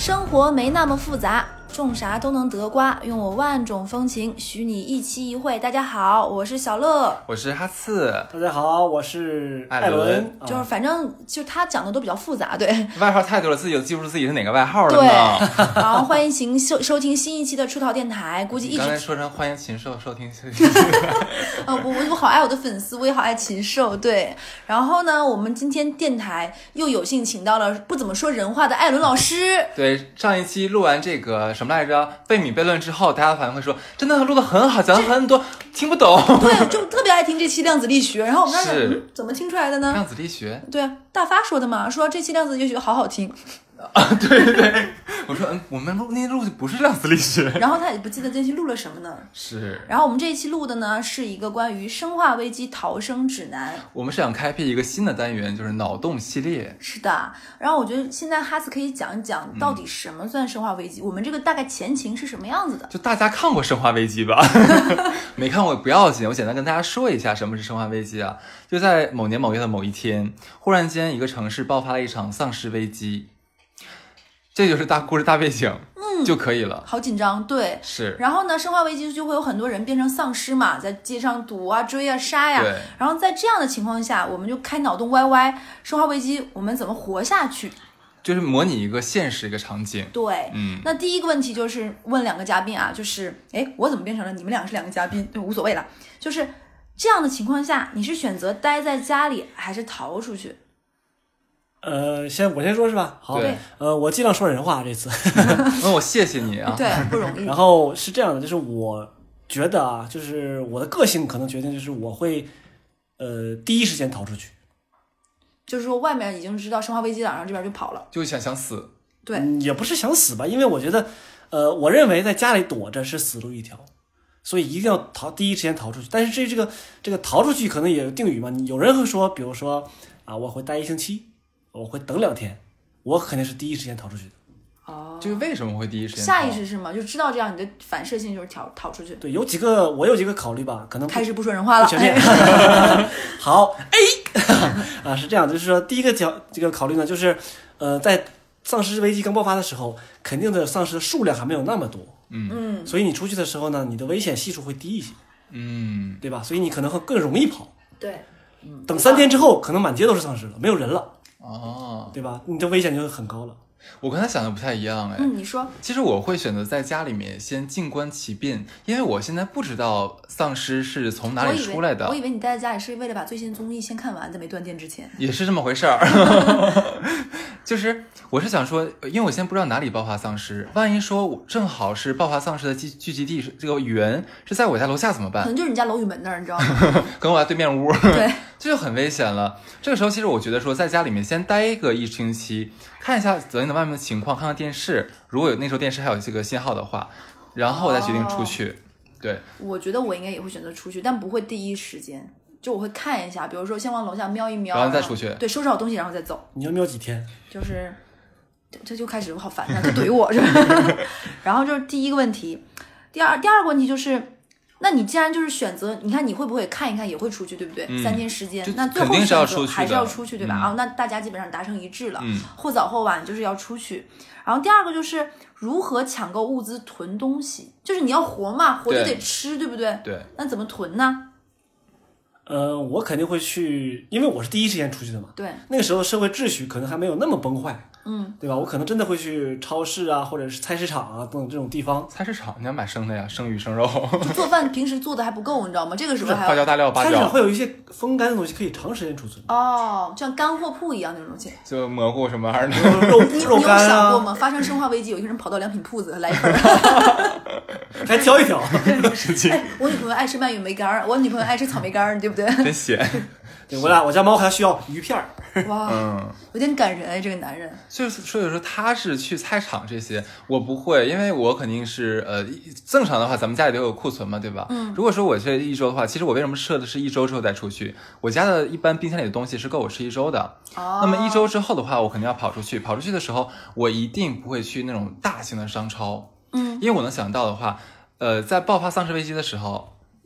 生活没那么复杂，种啥都能得瓜，用我万种风情，许你一期一会。大家好，我是小乐， 我是哈刺， 大家好，我是艾伦。 就是反正就他讲的都比较复杂，对， 外号太多了，自己都记不住自己是哪个外号了对， 呢。 好，欢迎收听新一期的出逃电台，估计一直刚才说成欢迎禽兽收听。 我好爱我的粉丝，我也好爱禽兽，对。然后呢，我们今天电台又有幸请到了不怎么说人话的艾伦老师。 对，上一期录完这个什么来着贝米悖论之后，大家反应会说真的录得很好，讲得很多，听不懂。 对，就特别爱听这期量子力学。然后我们当时怎么听出来的呢？ 量子力学， 对啊，大发说的嘛，说这期量子力学好好听。 啊，对对对，我说我们那录的不是量子力学， 然后他也不记得这期录了什么呢？ 是。 然后我们这一期录的呢是一个关于生化危机逃生指南。 我们是想开辟一个新的单元，就是脑洞系列。 是的，然后我觉得现在哈斯可以讲一讲到底什么算生化危机，我们这个大概前情是什么样子的。 就大家看过生化危机吧？没看过不要紧，我简单跟大家说一下什么是生化危机啊。就在某年某月的某一天，忽然间一个城市爆发了一场丧尸危机。这就是故事大背景，就可以了。 好紧张，对， 是。 然后呢，生化危机就会有很多人变成丧尸嘛，在街上堵啊、追啊、杀呀。 对。 然后在这样的情况下，我们就开脑洞歪歪，生化危机我们怎么活下去？ 就是模拟一个现实一个场景。 对，那第一个问题就是问两个嘉宾啊，就是我怎么变成了你们两个是两个嘉宾？对，无所谓了。就是这样的情况下，你是选择待在家里还是逃出去？ 我先说是吧？好，我尽量说人话这次。 那我谢谢你啊。 对，不容易。 然后是这样的，就是我觉得啊，就是我的个性可能决定，就是我会第一时间逃出去。 就是说外面已经知道生化危机了，然后这边就跑了， 就想死。 对， 也不是想死吧，因为我觉得，我认为在家里躲着是死路一条，所以一定要第一时间逃出去。但是这个逃出去可能也有定语嘛，有人会说，比如说啊，我会待1星期。我会等2天，我肯定是第一时间逃出去的。 哦，这个为什么会第一时间逃？ 下意识是吗？就知道这样，你的反射性就是逃出去。 对，我有几个考虑吧，可能开始不说人话了。 全面。好 A 啊，是这样，就是说第一个这个考虑呢，就是在丧尸危机刚爆发的时候，肯定的丧尸的数量还没有那么多，所以你出去的时候呢，你的危险系数会低一些，对吧？所以你可能会更容易跑。 对。 等3天之后，可能满街都是丧尸了，没有人了，对吧？你的危险就很高了。 我跟他想的不太一样你说。 其实我会选择在家里面先静观其变，因为我现在不知道丧尸是从哪里出来的。 我以为你待在家里是为了把最新综艺先看完，在没断电之前。 也是这么回事儿。就是我是想说，因为我现在不知道哪里爆发丧尸，万一说我正好是爆发丧尸的聚集地，这个源是在我家楼下怎么办？ 可能就是你家楼宇门那儿，你知道吗？ 跟我家对面屋。 对， 这就很危险了。这个时候其实我觉得说在家里面先待个1星期，看一下泽林的外面的情况，看看电视，如果有那时候电视还有这个信号的话，然后我再决定出去。对， 我觉得我应该也会选择出去，但不会第一时间，就我会看一下，比如说先往楼下瞄一瞄， 然后再出去。 对，收拾好东西然后再走。 你要瞄几天？ 就是这就开始我好烦啊，他怼我是吧？然后就是第一个问题，第二个问题就是，那你既然就是选择，你看你会不会看一看也会出去，对不对？3天时间，那最后选择还是要出去，对吧？那大家基本上达成一致了，或早或晚就是要出去。然后第二个就是如何抢购物资囤东西，就是你要活嘛，活就得吃，对不对？ 对。 那怎么囤呢？ 我肯定会去，因为我是第一时间出去的嘛。 对。那个时候社会秩序可能还没有那么崩坏。对吧？我可能真的会去超市啊，或者是菜市场啊等这种地方。 菜市场你要买生的呀，生鱼生肉。 就做饭平时做的还不够，你知道吗？这个时候还花椒大料八角。 菜市场会有一些风干的东西可以长时间储存。 哦，像干货铺一样那种东西。 就蘑菇什么玩意儿的，肉干啊。 你有想过吗？发生生化危机，有一个人跑到良品铺子来一份， 还挑一挑。 我女朋友爱吃蔓越莓干，我女朋友爱吃草莓干，对不对？ 真咸。 对，我家猫还需要鱼片。 哇，有点感人哎，这个男人。 就是所以说他是去菜场这些，我不会，因为我肯定是正常的话，咱们家里都有库存嘛，对吧？如果说我这1周的话，其实我为什么设的是1周之后再出去？我家的一般冰箱里的东西是够我吃1周的。那么1周之后的话，我肯定要跑出去。跑出去的时候，我一定不会去那种大型的商超。因为我能想到的话，在爆发丧尸危机的时候。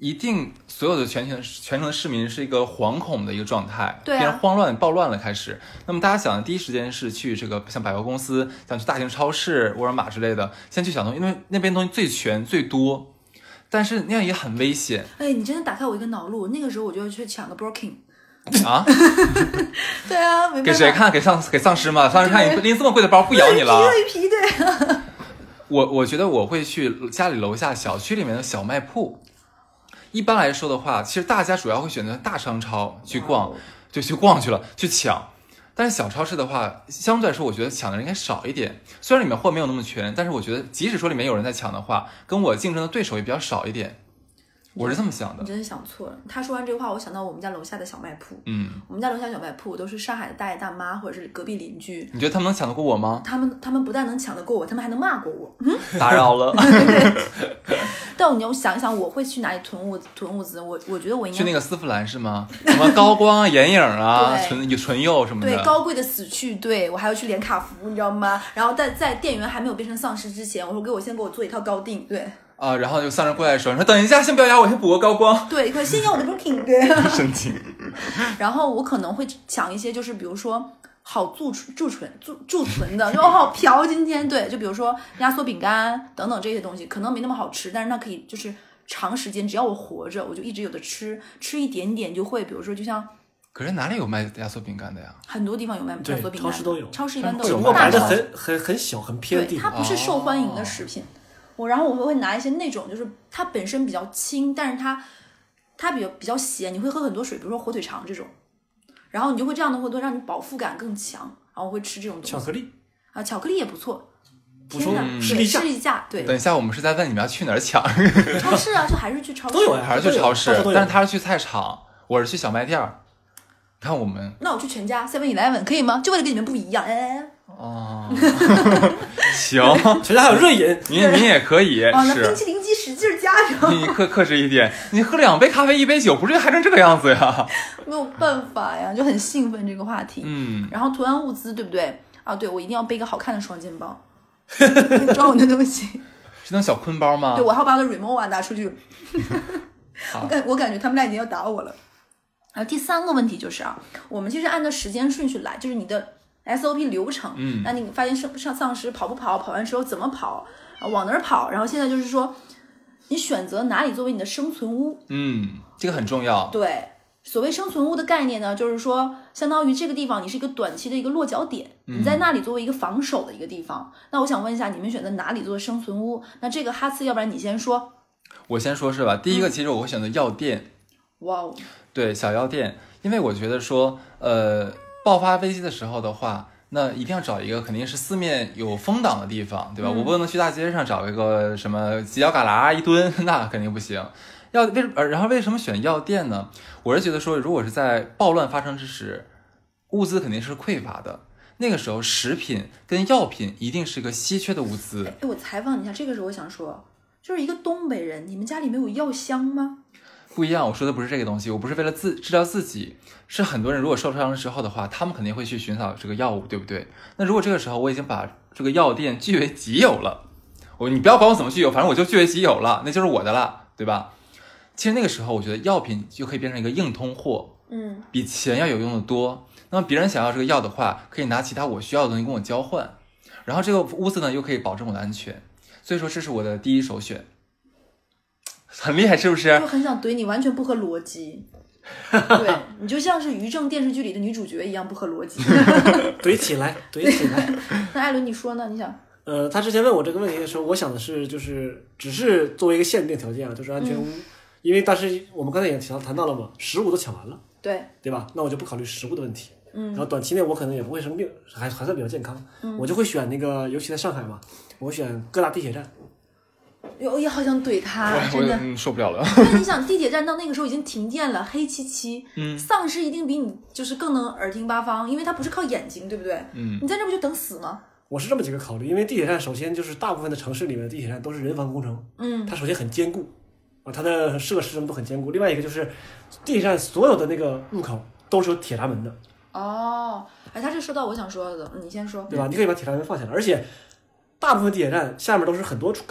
一定所有的全城的市民是一个惶恐的一个状态， 对啊， 变成慌乱暴乱了开始。那么大家想的第一时间是去这个像百货公司，想去大型超市、沃尔玛之类的，先去小东西，因为那边东西最全最多。但是那样也很危险。 哎，你真的打开我一个脑路，那个时候我就去抢个 Birkin。 啊？ 对啊，没办法。 给谁看？给丧尸吗？丧尸看你拎这么贵的包不咬你了？ 乐皮对。 我觉得我会去家里楼下小区里面的小卖铺。一般来说的话，其实大家主要会选择大商超去逛，就去逛去了，去抢。但是小超市的话，相对来说，我觉得抢的人应该少一点。虽然里面货没有那么全，但是我觉得即使说里面有人在抢的话，跟我竞争的对手也比较少一点。我是这么想的。 你真是想错了。他说完这话，我想到我们家楼下的小卖铺。我们家楼下小卖铺都是上海的大爷大妈或者是隔壁邻居。 你觉得他们能抢得过我吗？ 他们不但能抢得过我，他们还能骂过我。 打扰了。 但你要想一想，我会去哪里囤物资？我觉得我应该去那个丝芙兰是吗？什么高光啊、眼影啊、唇釉什么的。 对，高贵的死去。对，我还要去连卡服，你知道吗？然后在店员还没有变成丧尸之前，我说先给我做一套高定。对。 啊，然后就丧尸过来说等一下，先不要压我，先补个高光。 对，快先要我的 Birkin。对， 神经。 然后我可能会抢一些，就是比如说好贮存的，就好嫖今天。对，就比如说压缩饼干等等这些东西，可能没那么好吃，但是它可以就是长时间，只要我活着，我就一直有的吃一点点就会，比如说就像。 可是哪里有卖压缩饼干的呀？ 很多地方有卖压缩饼干， 超市都有， 超市一般都有，不过摆的很小很偏的地方。 对，它不是受欢迎的食品。然后我会拿一些那种，就是它本身比较轻，但是它比较咸，你会喝很多水，比如说火腿肠这种，然后你就会这样的会让你饱腹感更强，然后我会吃这种东西。 巧克力啊，巧克力也不错。 补充士力架。对。 等一下，我们是在问你们要去哪儿抢？ 超市啊，就还是去超市。 都有呀， 还是去超市，但是他是去菜场，我是去小卖店儿。看我们。 那我去全家 7-Eleven 可以吗？就为了跟你们不一样。 哦，行， 全家还有热饮， 你也可以。 那冰淇淋机使劲加上。 你克制一点，你喝2杯咖啡1杯酒，不至于嗨成这个样子呀。 没有办法呀，就很兴奋这个话题。然后囤完物资，对不对？啊，对，我一定要背个好看的双肩包，装我的东西。 是那小坤包吗？ 对，我还要把我的 Rimowa 拿出去。我感觉他们俩已经要打我了。然后第3个问题就是我们其实按照时间顺序来，就是你的 SOP 流程。那你发现丧尸跑不跑，跑完之后怎么跑，往哪儿跑，然后现在就是说你选择哪里作为你的生存屋。 这个很重要。 对，所谓生存屋的概念呢，就是说相当于这个地方你是一个短期的一个落脚点，你在那里作为一个防守的一个地方。那我想问一下，你们选择哪里作为生存屋？那这个哈次，要不然你先说。 我先说是吧？第一个，其实我会选择药店。 哇哦。 对，小药店，因为我觉得说，爆发危机的时候的话，那一定要找一个肯定是四面有风挡的地方，对吧？我不能去大街上找一个什么犄角旮旯一蹲，那肯定不行。然后为什么选药店呢？我是觉得说，如果是在暴乱发生之时，物资肯定是匮乏的，那个时候食品跟药品一定是一个稀缺的物资。 我采访你一下，这个时候我想说，就是一个东北人，你们家里没有药箱吗？ 不一样，我说的不是这个东西，我不是为了治疗自己，是很多人如果受伤之后的话，他们肯定会去寻找这个药物，对不对？那如果这个时候我已经把这个药店据为己有了，你不要管我怎么具有，反正我就据为己有了，那就是我的了，对吧？其实那个时候我觉得药品就可以变成一个硬通货，比钱要有用的多。那么别人想要这个药的话，可以拿其他我需要的东西跟我交换，然后这个屋子呢又可以保证我的安全，所以说这是我的第一首选。很厉害是不是？ 就很想怼你，完全不合逻辑。对，你就像是于正电视剧里的女主角一样不合逻辑。 怼起来。 那艾伦你说呢？你想？ 他之前问我这个问题的时候，我想的是就是只是作为一个限定条件就是安全屋，因为但是我们刚才也谈到了嘛，食物都抢完了，对吧？那我就不考虑食物的问题。然后短期内我可能也不会生病，还算比较健康。我就会选那个，尤其在上海嘛，我会选各大地铁站。 我也好想怼他，真的受不了了。 因为你想，地铁站到那个时候已经停电了，黑漆漆，丧尸一定比你就是更能耳听八方，因为它不是靠眼睛，对不对？你在这不就等死吗？ 我是这么几个考虑，因为地铁站首先就是大部分的城市里面的地铁站都是人防工程，它首先很坚固它的设施什么都很坚固。另外一个就是地铁站所有的那个入口都是有铁闸门的。 他是说到我想说的，你先说， 对吧？你可以把铁闸门放下来，而且大部分地铁站下面都是很多出口。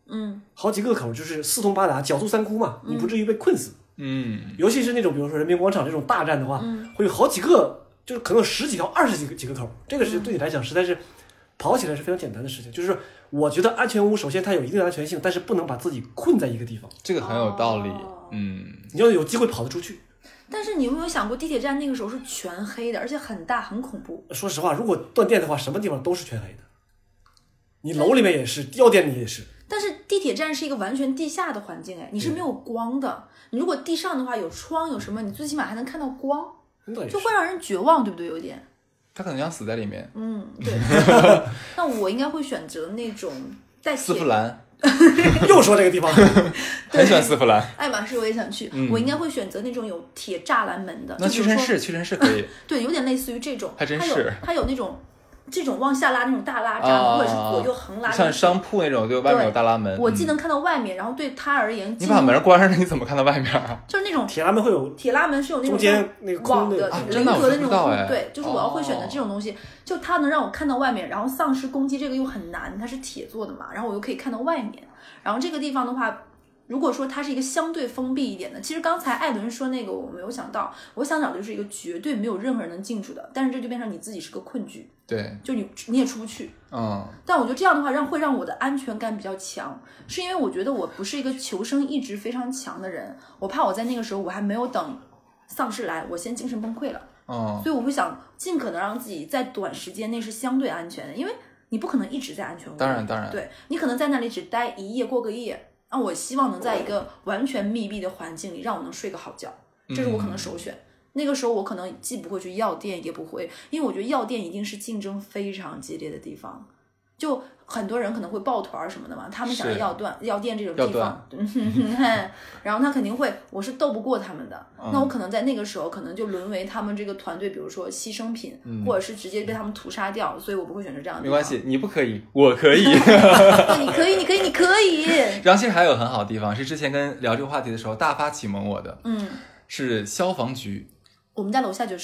好几个口，就是四通八达，狡兔三窟嘛，你不至于被困死。尤其是那种比如说人民广场这种大站的话，会有好几个，就是可能10几条、20几个口，这个是对你来讲实在是跑起来是非常简单的事情。就是我觉得安全屋首先它有一定的安全性，但是不能把自己困在一个地方。 这个很有道理。 你要有机会跑得出去。 但是你有没有想过，地铁站那个时候是全黑的，而且很大，很恐怖。 说实话，如果断电的话，什么地方都是全黑的。你楼里面也是，药店里也是。 但是地铁站是一个完全地下的环境，你是没有光的。你如果地上的话，有窗有什么，你最起码还能看到光，就会让人绝望，对不对？有点。 他可能想死在里面。 对。那我应该会选择那种带丝芙兰。 又说这个地方， 很喜欢丝芙兰。 爱马仕我也想去，我应该会选择那种有铁栅栏门的。 那屈臣氏可以。 对，有点类似于这种。 还真是。 它有那种。这种往下拉那种大拉闸，或者是左右横拉， 像商铺那种，对，外面有大拉门。 我既能看到外面，然后对他而言， 你把门关上，你怎么看到外面啊？ 就是那种铁拉门会有， 铁拉门是有那种中间那个网的人格的那种，对，就是我要会选择这种东西，就它能让我看到外面，然后丧尸攻击这个又很难，它是铁做的嘛，然后我又可以看到外面，然后这个地方的话。如果说它是一个相对封闭一点的，其实刚才艾伦说那个我没有想到，我想找的就是一个绝对没有任何人能进出的，但是这就变成你自己是个困局， 对， 就你也出不去。但我觉得这样的话会让我的安全感比较强，是因为我觉得我不是一个求生意志非常强的人，我怕我在那个时候我还没有等丧尸来，我先精神崩溃了。所以我会想尽可能让自己在短时间内是相对安全的，因为你不可能一直在安全屋。 当然， 对，你可能在那里只待1夜过个夜。我希望能在一个完全密闭的环境里，让我能睡个好觉，这是我可能首选。那个时候我可能既不会去药店，也不会，因为我觉得药店一定是竞争非常激烈的地方，就很多人可能会抱团什么的嘛，他们想要药店这种地方，然后他肯定会，我是斗不过他们的，那我可能在那个时候可能就沦为他们这个团队，比如说牺牲品，或者是直接被他们屠杀掉，所以我不会选择这样的地方。 没关系，你不可以，我可以。 对，你可以。 然后其实还有很好的地方，是之前跟聊这个话题的时候大发启蒙我的，是消防局。 我们家楼下就是。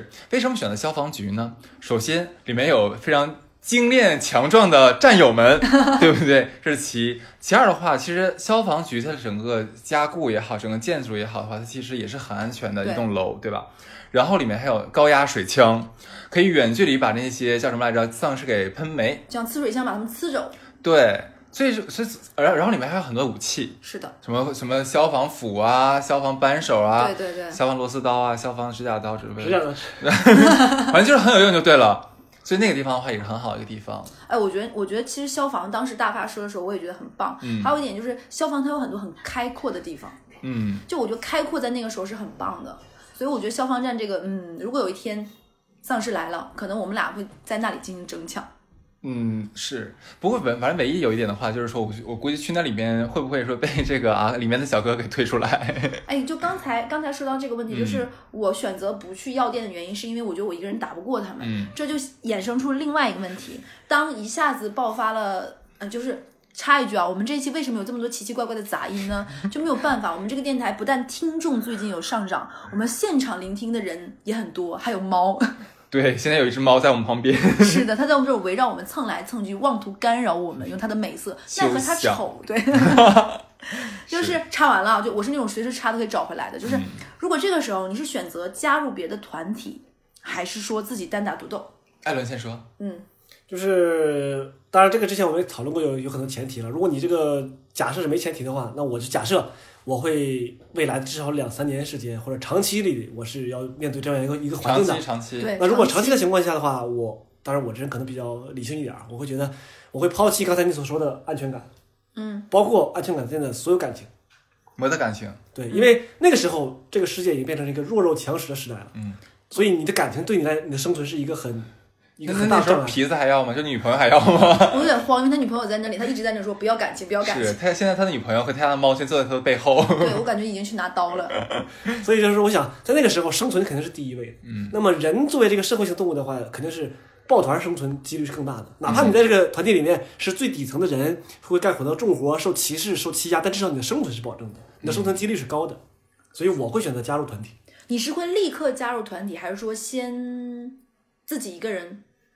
为什么选择消防局呢？首先里面有非常精炼强壮的战友们，对不对？这是其一。其二的话，其实消防局它的整个加固也好，整个建筑也好的话，它其实也是很安全的一栋楼，对吧？然后里面还有高压水枪，可以远距离把那些叫什么来着丧尸给喷没， 像呲水枪把他们呲走。 对，所以然后里面还有很多武器， 是的， 什么消防斧啊、消防扳手啊， 对， 消防螺丝刀啊、消防指甲刀之类的， 反正就是很有用就对了。所以那个地方的话也是很好的一个地方。 我觉得其实消防当时大发说的时候，我也觉得很棒。还有一点就是消防它有很多很开阔的地方。就我觉得开阔在那个时候是很棒的。所以我觉得消防站这个，如果有一天丧尸来了，可能我们俩会在那里进行争抢。 是，不过反正唯一有一点的话，就是说我估计去那里面会不会说被这个里面的小哥给推出来？ 就刚才说到这个问题，就是我选择不去药店的原因，是因为我觉得我一个人打不过他们。这就衍生出另外一个问题，当一下子爆发了，就是插一句啊，我们这一期为什么有这么多奇奇怪怪的杂音呢？就没有办法，我们这个电台不但听众最近有上涨，我们现场聆听的人也很多，还有猫。 对，现在有一只猫在我们旁边。 是的，它在我们这儿围绕我们蹭来蹭去，妄图干扰我们，用它的美色，奈何它丑。对，就是插完了，我是那种随时插都可以找回来的。就是如果这个时候你是选择加入别的团体，还是说自己单打独斗？ 艾伦先说。 就是当然这个之前我们也讨论过，有很多前提了。如果你这个假设是没前提的话，那我就假设我会未来至少2-3年时间或者长期里我是要面对这样一个环境的。 长期。 对。 那如果长期的情况下的话，当然我这人可能比较理性一点，我会觉得我会抛弃刚才你所说的安全感，包括安全感之间的所有感情。 没得感情。 对，因为那个时候这个世界已经变成了一个弱肉强食的时代了。所以你的感情对你的生存是一个很大障碍。 皮子还要吗？就女朋友还要吗？ 我有点慌，因为他女朋友在那里，他一直在那说不要感情，不要感情。 是他现在他的女朋友和他家的猫先坐在他的背后。 对，我感觉已经去拿刀了。 所以就是我想，在那个时候生存肯定是第一位的。那么人作为这个社会性动物的话，肯定是抱团生存几率是更大的。哪怕你在这个团体里面是最底层的人，会干很多重活、受歧视、受欺压，但至少你的生存是保证的，你的生存几率是高的。所以我会选择加入团体。 你是会立刻加入团体，还是说先自己一个人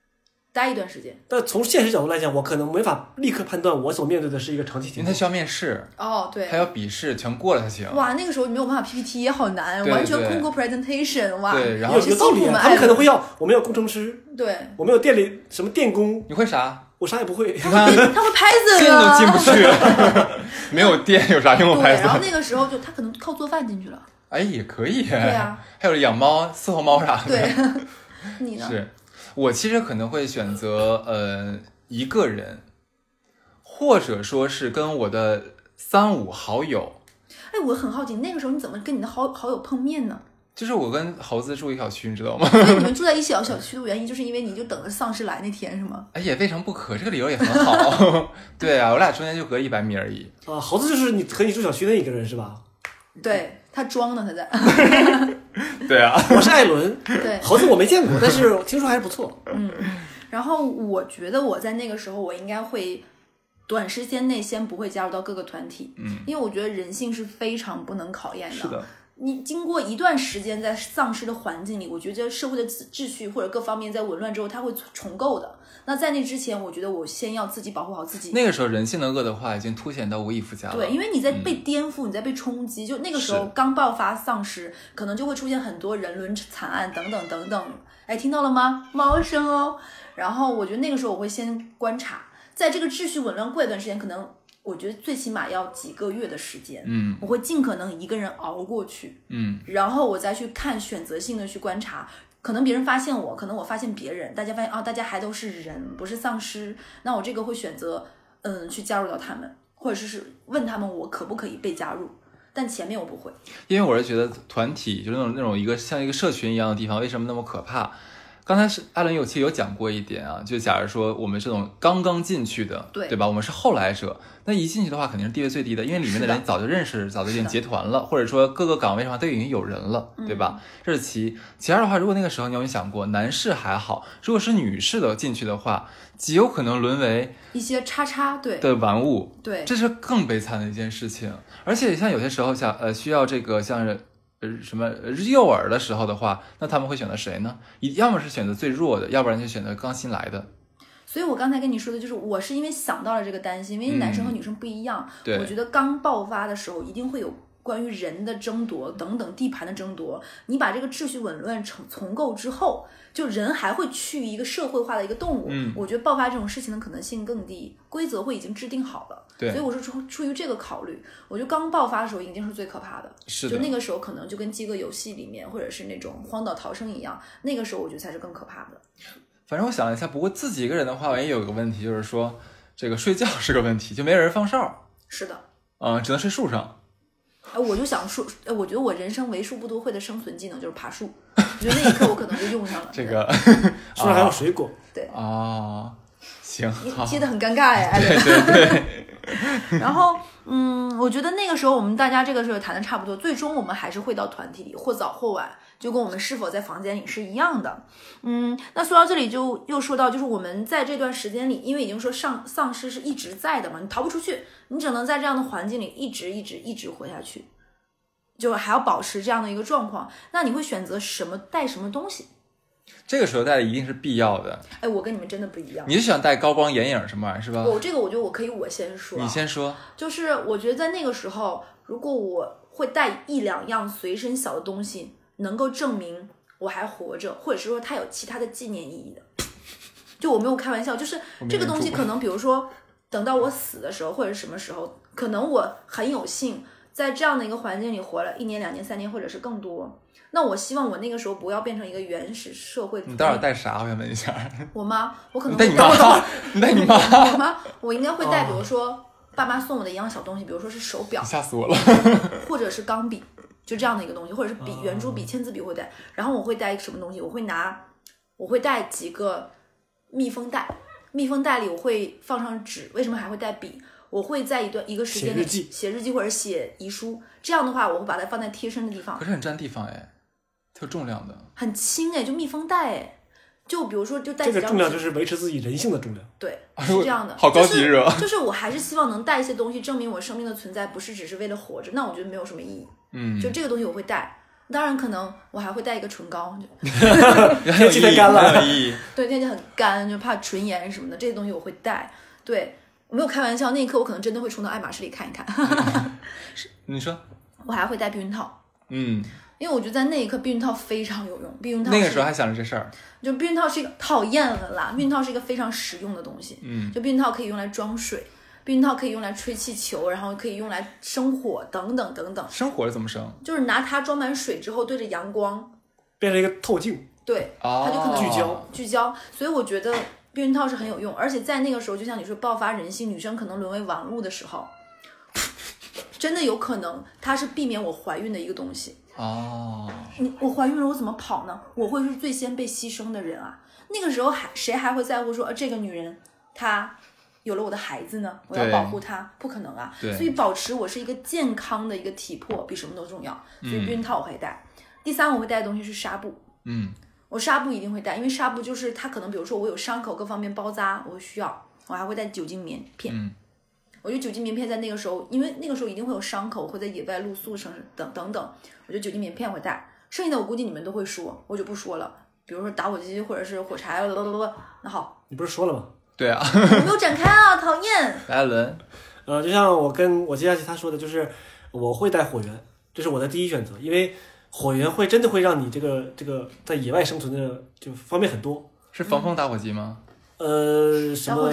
待一段时间。 但从现实角度来讲，我可能没法立刻判断我所面对的是一个长期情况， 因为他需要面试， 对， 还要笔试，全过了才行。 哇，那个时候你没有办法 PPT 也好难， 对完全空过 presentation， 哇， 对，然后有道理啊，他们可能会要我们有工程师， 对， 我们有电力什么电工， 你会啥？ 我啥也不会。 他会 Python 进啊， 都进不去，没有电有啥用？ 对，然后那个时候就他可能靠做饭进去了。 哎，也可以。 对啊， 还有养猫、伺候猫啥的。 对，你呢？ 是我其实可能会选择一个人，或者说是跟我的3、5好友。 哎，我很好奇，那个时候你怎么跟你的好友碰面呢？ 就是我跟猴子住一小区，你知道吗？ 所以你们住在一小区的原因，就是因为你就等着丧尸来那天是吗？ 哎，也未尝不可，这个理由也很好。对啊，我俩中间就隔100米而已。 啊，猴子就是你和你住小区的一个人是吧？ 对，他装呢，他在。 对啊， 我是艾伦。 对， 猴子我没见过，但是听说还是不错。 然后我觉得我在那个时候，我应该会短时间内先不会加入到各个团体，因为我觉得人性是非常不能考验的。 是的。 你经过一段时间在丧尸的环境里，我觉得社会的秩序或者各方面在紊乱之后，它会重构的。那在那之前，我觉得我先要自己保护好自己。 那个时候人性的恶的话已经凸显到无以复加了。 对，因为你在被颠覆，你在被冲击，就那个时候刚爆发丧尸，可能就会出现很多人伦惨案等等等等。哎，听到了吗？猫声哦。然后我觉得那个时候我会先观察，在这个秩序紊乱过一段时间，可能我觉得最起码要几个月的时间，我会尽可能一个人熬过去，然后我再去看，选择性的去观察，可能别人发现我，可能我发现别人，大家发现大家还都是人，不是丧尸，那我这个会选择去加入到他们，或者是问他们我可不可以被加入，但前面我不会， 因为我是觉得团体就是那种一个像一个社群一样的地方，为什么那么可怕？刚才是艾伦其实有讲过一点啊，就假如说我们这种刚刚进去的，对吧？我们是后来者，那一进去的话肯定是地位最低的，因为里面的人早就认识，早就已经结团了，或者说各个岗位上都已经有人了，对吧？这是其二的话，如果那个时候你有想过，男士还好，如果是女士的进去的话，极有可能沦为一些叉对的玩物， 对， 这是更悲惨的一件事情。而且像有些时候需要这个像是。什么诱饵的时候的话，那他们会选择谁呢？要么是选择最弱的，要不然就选择刚新来的。 所以我刚才跟你说的就是，我是因为想到了这个担心，因为男生和女生不一样，我觉得刚爆发的时候一定会有关于人的争夺等等地盘的争夺，你把这个秩序紊乱重构之后，就人还会趋于一个社会化的一个动物，我觉得爆发这种事情的可能性更低，规则会已经制定好了。所以我是出于这个考虑，我觉得刚爆发的时候一定是最可怕的， 是的， 就那个时候可能就跟饥饿游戏里面或者是那种荒岛逃生一样，那个时候我觉得才是更可怕的。 反正我想了一下，不过自己一个人的话，我也有个问题，就是说这个睡觉是个问题，就没有人放哨。 是的， 只能睡树上。 我就想说，我觉得我人生为数不多会的生存技能就是爬树，我觉得那一刻我可能就用上了。 这个树上还有水果。 对啊，行， 你接得很尴尬哎， 对。 然后我觉得那个时候我们大家这个时候谈的差不多，最终我们还是会到团体里，或早或晚，就跟我们是否在房间里是一样的。那说到这里就又说到，就是我们在这段时间里，因为已经说丧尸是一直在的嘛，你逃不出去，你只能在这样的环境里一直活下去，就还要保持这样的一个状况。那你会选择带什么东西？ 这个时候带的一定是必要的。 哎，我跟你们真的不一样。 你是想带高光眼影什么玩意儿是吧？ 我觉得我可以我先说。 你先说。 就是我觉得在那个时候，如果我会带1-2样随身小的东西，能够证明我还活着，或者是说它有其他的纪念意义的。就我没有开玩笑，就是这个东西可能比如说等到我死的时候或者什么时候，可能我很有幸在这样的一个环境里活了1年、2年、3年或者是更多。那我希望我那个时候不要变成一个原始社会。 你待会儿带啥？我想问一下。 我妈，我可能带你妈。你带你妈。 我妈，我应该会带，比如说爸妈送我的一样小东西，比如说是手表， 吓死我了。 或者是钢笔，就这样的一个东西，或者是笔，圆珠笔、签字笔会带。然后我会带什么东西？我会带几个密封袋，密封袋里我会放上纸。为什么还会带笔？我会在一个时间内写日记或者写遗书。这样的话，我会把它放在贴身的地方。 可是很占地方哎。特重量的， 很轻哎，就密封袋哎，就比如说就带几张纸， 这个重量就是维持自己人性的重量。 对，是这样的， 好高级热。 就是我还是希望能带一些东西，证明我生命的存在不是只是为了活着，那我觉得没有什么意义。就这个东西我会带。 当然可能我还会带一个唇膏， 天气太干了， 很有意义。 对，天气很干，就怕唇炎什么的，这些东西我会带。对，我没有开玩笑，那一刻我可能真的会冲到爱马仕里看一看。 你说， 我还会带避孕套， 嗯， 因为我觉得在那一刻避孕套非常有用。避孕套那个时候还想着这事儿， 就避孕套是一个讨厌了啦，避孕套是一个非常实用的东西。就避孕套可以用来装水，避孕套可以用来吹气球，然后可以用来生火等等等等。 生火是怎么生？ 就是拿它装满水之后，对着阳光， 变成一个透镜， 对， 哦它就可能聚焦。 所以我觉得避孕套是很有用，而且在那个时候，就像你说爆发人性，女生可能沦为玩物的时候，真的有可能它是避免我怀孕的一个东西。 哦， 我怀孕了，我怎么跑呢？我会是最先被牺牲的人啊！那个时候谁还会在乎说，这个女人她有了我的孩子呢，我要保护她，不可能啊！所以保持我是一个健康的一个体魄比什么都重要。所以避孕套我会带。第三，我会带的东西是纱布。我纱布一定会带，因为纱布就是它可能比如说我有伤口各方面包扎，我会需要，我还会带酒精棉片。我觉得酒精棉片在那个时候，因为那个时候一定会有伤口，会在野外露宿生等等，我觉得酒精棉片会带。剩下的我估计你们都会说，我就不说了。比如说打火机或者是火柴，那好， 你不是说了吗？ 对啊， 我没有展开啊，讨厌。 来艾伦， 就像我跟我接下去他说的，就是我会带火源，这是我的第一选择，因为火源真的会让你这个在野外生存的就方便很多。 是防风打火机吗？ 什么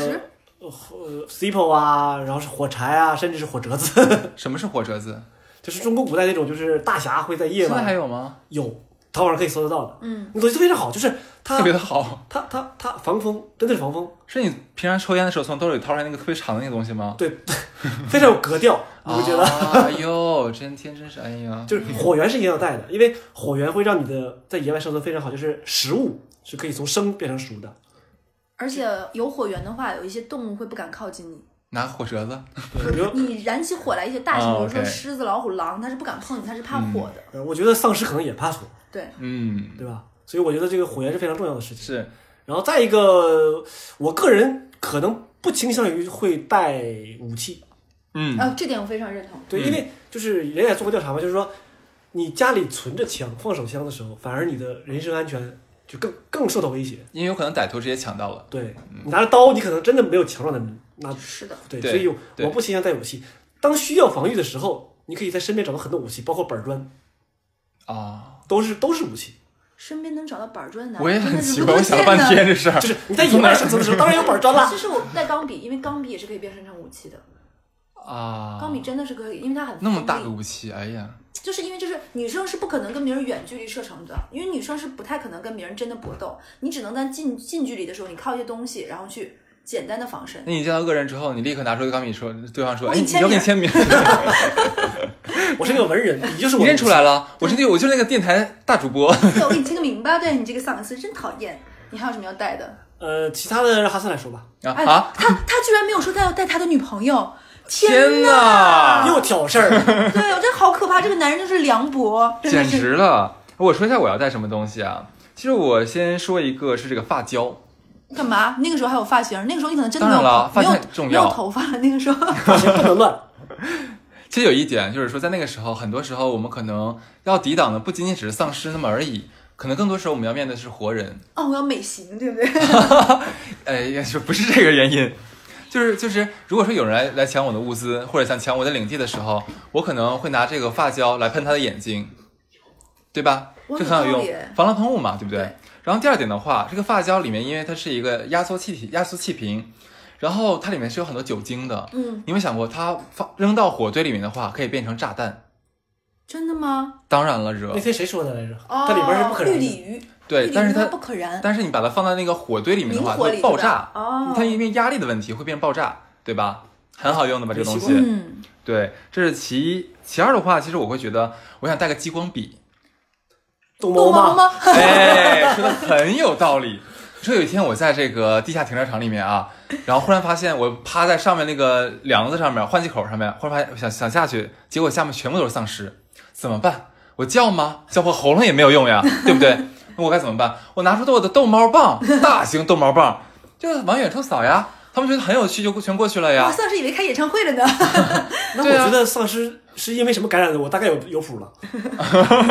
？Zippo 啊，然后是火柴啊，甚至是火折子。 什么是火折子？ 就是中国古代那种，就是大侠会在夜晚。 现在还有吗？ 有，淘宝上可以搜得到的。那东西非常好，就是它特别的好。 它防风，真的是防风。 是你平常抽烟的时候从兜里掏出来那个特别长的那个东西吗？ 对，非常有格调，你会觉得？ 哎呦，真是哎呀！ 就是火源是一定要带的，因为火源会让你的在野外生存非常好，就是食物是可以从生变成熟的。 而且有火源的话，有一些动物会不敢靠近你。 拿火折子， 你燃起火来，一些大型，比如说狮子、老虎、狼，它是不敢碰你，它是怕火的。 我觉得丧尸可能也怕火， 对， 对吧？所以我觉得这个火源是非常重要的事情。 是， 然后再一个，我个人可能不倾向于会带武器。 这点我非常认同。 对，因为就是人也做过调查嘛，就是说你家里存着枪、放手枪的时候，反而你的人身安全就更受到威胁， 因为有可能歹徒直接抢到了。 对，你拿着刀，你可能真的没有强壮的人。 是的， 对，所以我不倾向带武器。当需要防御的时候，你可以在身边找到很多武器，包括板砖都是武器。 身边能找到板砖的， 我也很奇怪，我想了半天这事儿。 就是你在野外生存的时候，当然有板砖啦。 其实我带钢笔，因为钢笔也是可以变身成武器的。钢笔真的是可以，因为它很那么大个武器，哎呀。 就是因为女生是不可能跟别人远距离射程的，因为女生是不太可能跟别人真的搏斗，你只能在近距离的时候，你靠一些东西，然后去简单的防身。 那你见到恶人之后，你立刻拿出一个钢笔说，对方说：“ 我给你签名。” 我是个文人，你就是我。 你认出来了，我就是那个电台大主播。 对，我给你签个名吧。对，你这个丧尸真讨厌。你还有什么要带的？ 其他的让哈森来说吧。 他居然没有说他要带他的女朋友。 天哪！ 又挑事儿。 对，我真好可怕，这个男人就是凉薄， 简直了。我说一下我要带什么东西啊？其实我先说一个是这个发胶。 干嘛？那个时候还有发型，那个时候你可能真的没有头发了，那个时候发型不能乱。 其实有一点就是说，在那个时候，很多时候我们可能要抵挡的不仅仅只是丧尸那么而已，可能更多时候我们要面对的是活人。 我要美型，对不对？ 也不是这个原因。就是，如果说有人来抢我的物资，或者想抢我的领地的时候，我可能会拿这个发胶来喷他的眼睛，对吧？这很有用，防狼喷雾嘛，对不对？ 对。 然后第二点的话，这个发胶里面，因为它是一个压缩气瓶，然后它里面是有很多酒精的。你有没有想过，它扔到火堆里面的话，可以变成炸弹？ 真的吗？ 当然了， 那天谁说的来着？它里边是不可燃的。 绿鲤鱼。 对，但是它不可燃。 但是你把它放在那个火堆里面的话，会爆炸。它因为压力的问题会变爆炸，对吧？很好用的吧这个东西。对，这是其二的话，其实我会觉得，我想带个激光笔。 逗猫吗？ 哎，说的很有道理。说有一天我在这个地下停车场里面啊，然后忽然发现我趴在上面那个梁子上面换气口上面，忽然发现想下去，结果下面全部都是丧尸，怎么办？我叫吗？叫破喉咙也没有用呀，对不对？那我该怎么办？我拿出我的逗猫棒，大型逗猫棒，就往远处扫呀。他们觉得很有趣，就全过去了呀。 丧尸以为开演唱会了呢。 那我觉得丧尸是因为什么感染的？我大概有谱了。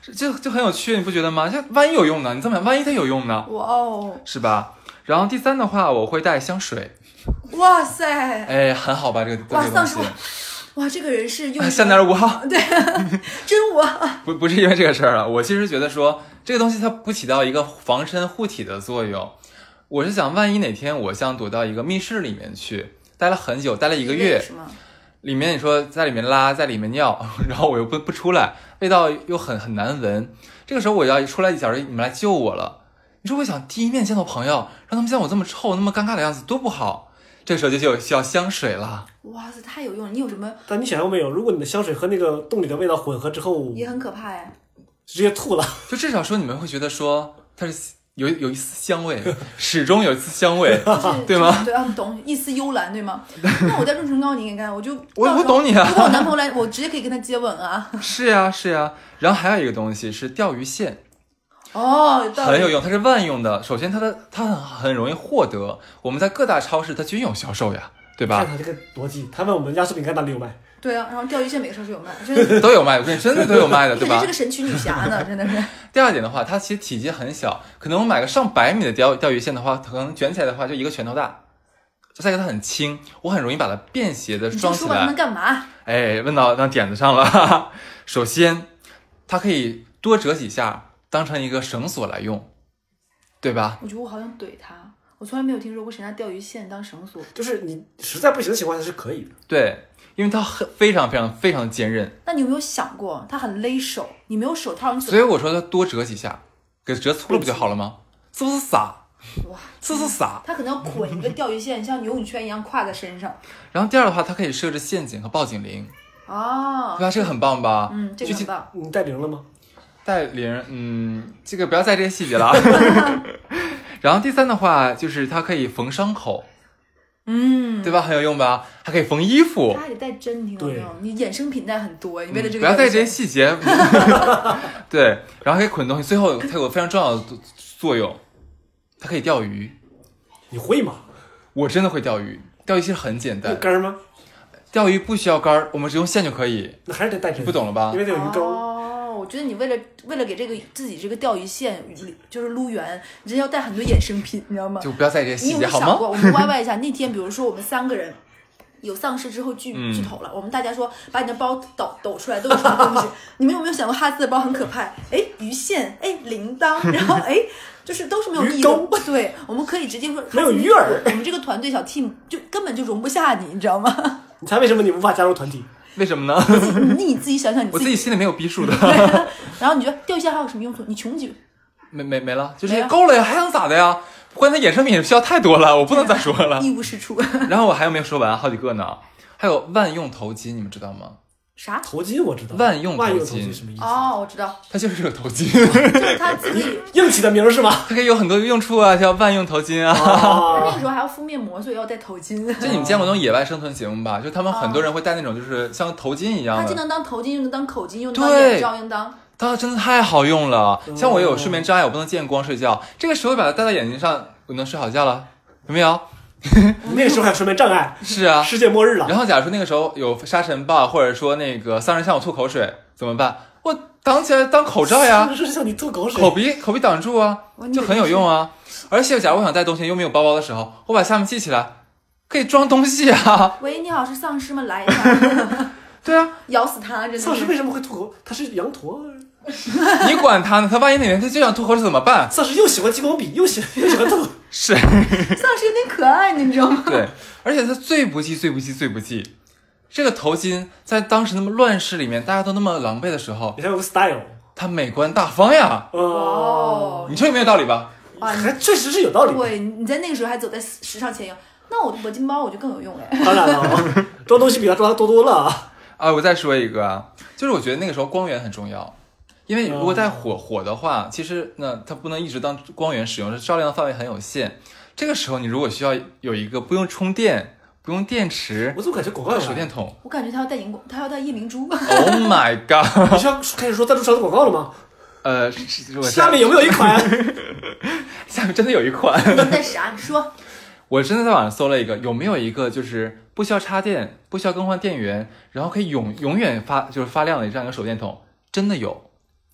就很有趣，你不觉得吗？就万一有用呢？你这么想，万一它有用呢？ 哇哦， 是吧？然后第三的话，我会带香水。 哇塞， 哎，很好吧？这个哇，丧东西尸，哇，这个人是用香奈儿5号。 对，真我。 不是因为这个事儿啊，我其实觉得说这个东西它不起到一个防身护体的作用。我是想，万一哪天我想躲到一个密室里面去，待了很久，待了1个月， 是吗？ 里面你说在里面拉，在里面尿，然后我又不出来，味道又很难闻。这个时候我要出来，假如你们来救我了，你说我想第一面见到朋友，让他们见我这么臭、那么尴尬的样子，多不好。这个时候就需要香水了。 哇塞，太有用了！你有什么？ 但你想象没有，如果你的香水和那个洞里的味道混合之后， 也很可怕呀。 直接吐了。 就至少说你们会觉得说它是有一丝香味，始终有一丝香味，对吗？ 对啊，懂，一丝幽兰，对吗？那我在润唇膏，你应该，我懂你啊。 如果我男朋友来，我直接可以跟他接吻啊。 是呀，是呀。然后还有一个东西是钓鱼线。 哦， 很有用，它是万用的。首先它很容易获得，我们在各大超市它均有销售呀，对吧？ 看他这个逻辑，他问我们压缩饼干哪里有卖？ 对啊，然后钓鱼线每个超市有卖，真的都有卖的，真的都有卖的，对吧？ 你是个神奇女侠呢，真的是。 第二点的话，它其实体积很小，可能我买个上百米的钓鱼线的话，可能卷起来的话就一个拳头大。再一个它很轻，我很容易把它便携的装起来。 你就说吧，它能干嘛？ 哎，问到那点子上了。首先，它可以多折几下。当成一个绳索来用，对吧？ 我觉得我好想怼他，我从来没有听说过谁拿钓鱼线当绳索。 就是你实在不行的情况下是可以的。 对，因为它非常的坚韧。 那你有没有想过，它很勒手？你没有手套，你所以我说它多折几下，给折粗了不就好了吗？是不是傻？ 哇， 是不是傻？ 它可能要捆一个钓鱼线，像游泳圈一样挎在身上。 然后第二的话，它可以设置陷阱和报警铃。 哦， 对吧？这个很棒吧？ 这个很棒。 你带铃了吗？ 带铃，这个不要在这些细节了。然后第三的话，就是它可以缝伤口，对吧？很有用吧？还可以缝衣服， 它还得带针，听到没有？你衍生品带很多，你为了这个不要带这些细节。对，然后可以捆东西，最后它有非常重要的作用，它可以钓鱼。 你会吗？ 我真的会钓鱼，钓鱼其实很简单。 有竿吗？ 钓鱼不需要竿，我们只用线就可以。 那还是得带针， 不懂了吧？ 因为得有鱼钩。 我觉得你为了给这个自己这个钓鱼线就是撸圆，你真要带很多衍生品，你知道吗？ 就不要在这些细节好吗？ 你有没有想过，我们 YY 一下，那天比如说我们3个人有丧尸之后剧透了，我们大家说把你的包抖出来都有什么东西？你们有没有想过哈斯的包很可怕？哎，鱼线，哎，铃铛，然后哎，就是都是没有意义的。对，我们可以直接说没有鱼饵。 我们这个团队小 team 就根本就容不下你，你知道吗？ 你猜为什么你无法加入团体？ 为什么呢？ 你自己想想， 我自己心里没有逼数的。 然后你觉得钓鱼线还有什么用处？你穷举没了，就是够了呀，还想咋的呀？关键它衍生品需要太多了，我不能再说了， 一无是处。 然后我还有没有说完？好几个呢。还有万用头巾，你们知道吗？ 啥头巾？我知道。 万用头巾什么意思？ 哦，我知道， 它就是个头巾， 就是它自己硬起的名是吗？ 它可以有很多用处啊，叫万用头巾啊。 它那个时候还要敷面膜，所以要戴头巾。 就你们见过那种野外生存节目吧？就他们很多人会戴那种，就是像头巾一样的。 它既能当头巾，又能当口巾，又能当眼罩，又能当。 它真的太好用了。像我也有睡眠障碍，我不能见光睡觉，这个时候把它戴在眼睛上，我能睡好觉了，有没有？ 你那个时候还有睡眠障碍？ 是啊， 世界末日了。 然后假如说那个时候有沙尘暴，或者说那个丧尸向我吐口水，怎么办？我挡起来当口罩呀， 丧尸向你吐口水， 口鼻挡住啊，就很有用啊。而且假如我想带东西又没有包包的时候，我把下面系起来，可以装东西啊。 喂，你好，是丧尸吗？来一下。 对啊， 咬死他！真的。 丧尸为什么会吐口？他是羊驼。 你管他呢？他万一哪天他就想吐口水怎么办？ 丧尸又喜欢激光笔，又喜欢吐。 是。 丧尸有点可爱，你知道吗？ 对，而且他最不济。这个头巾在当时那么乱世里面，大家都那么狼狈的时候， 你还有个 style， 它美观大方呀。 哦， 你说有没有道理吧？ 还确实是有道理。 对，你在那个时候还走在时尚前沿，那我的巾包我就更有用哎。 当然了，装东西比他装的多了。 我再说一个啊，就是我觉得那个时候光源很重要。因为如果带火的话，其实那它不能一直当光源使用，是照亮的范围很有限。这个时候你如果需要有一个不用充电、不用电池， 我怎么感觉广告有手电筒？ 我感觉他要带荧光，他要带夜明珠。 Oh my god！ 你是要开始说赞助商的广告了吗？下面有没有一款？ 下面真的有一款。 你带啥？你说。 我真的在网上搜了一个，有没有一个就是不需要插电、不需要更换电源，然后可以永远发亮的这样一个手电筒？真的有。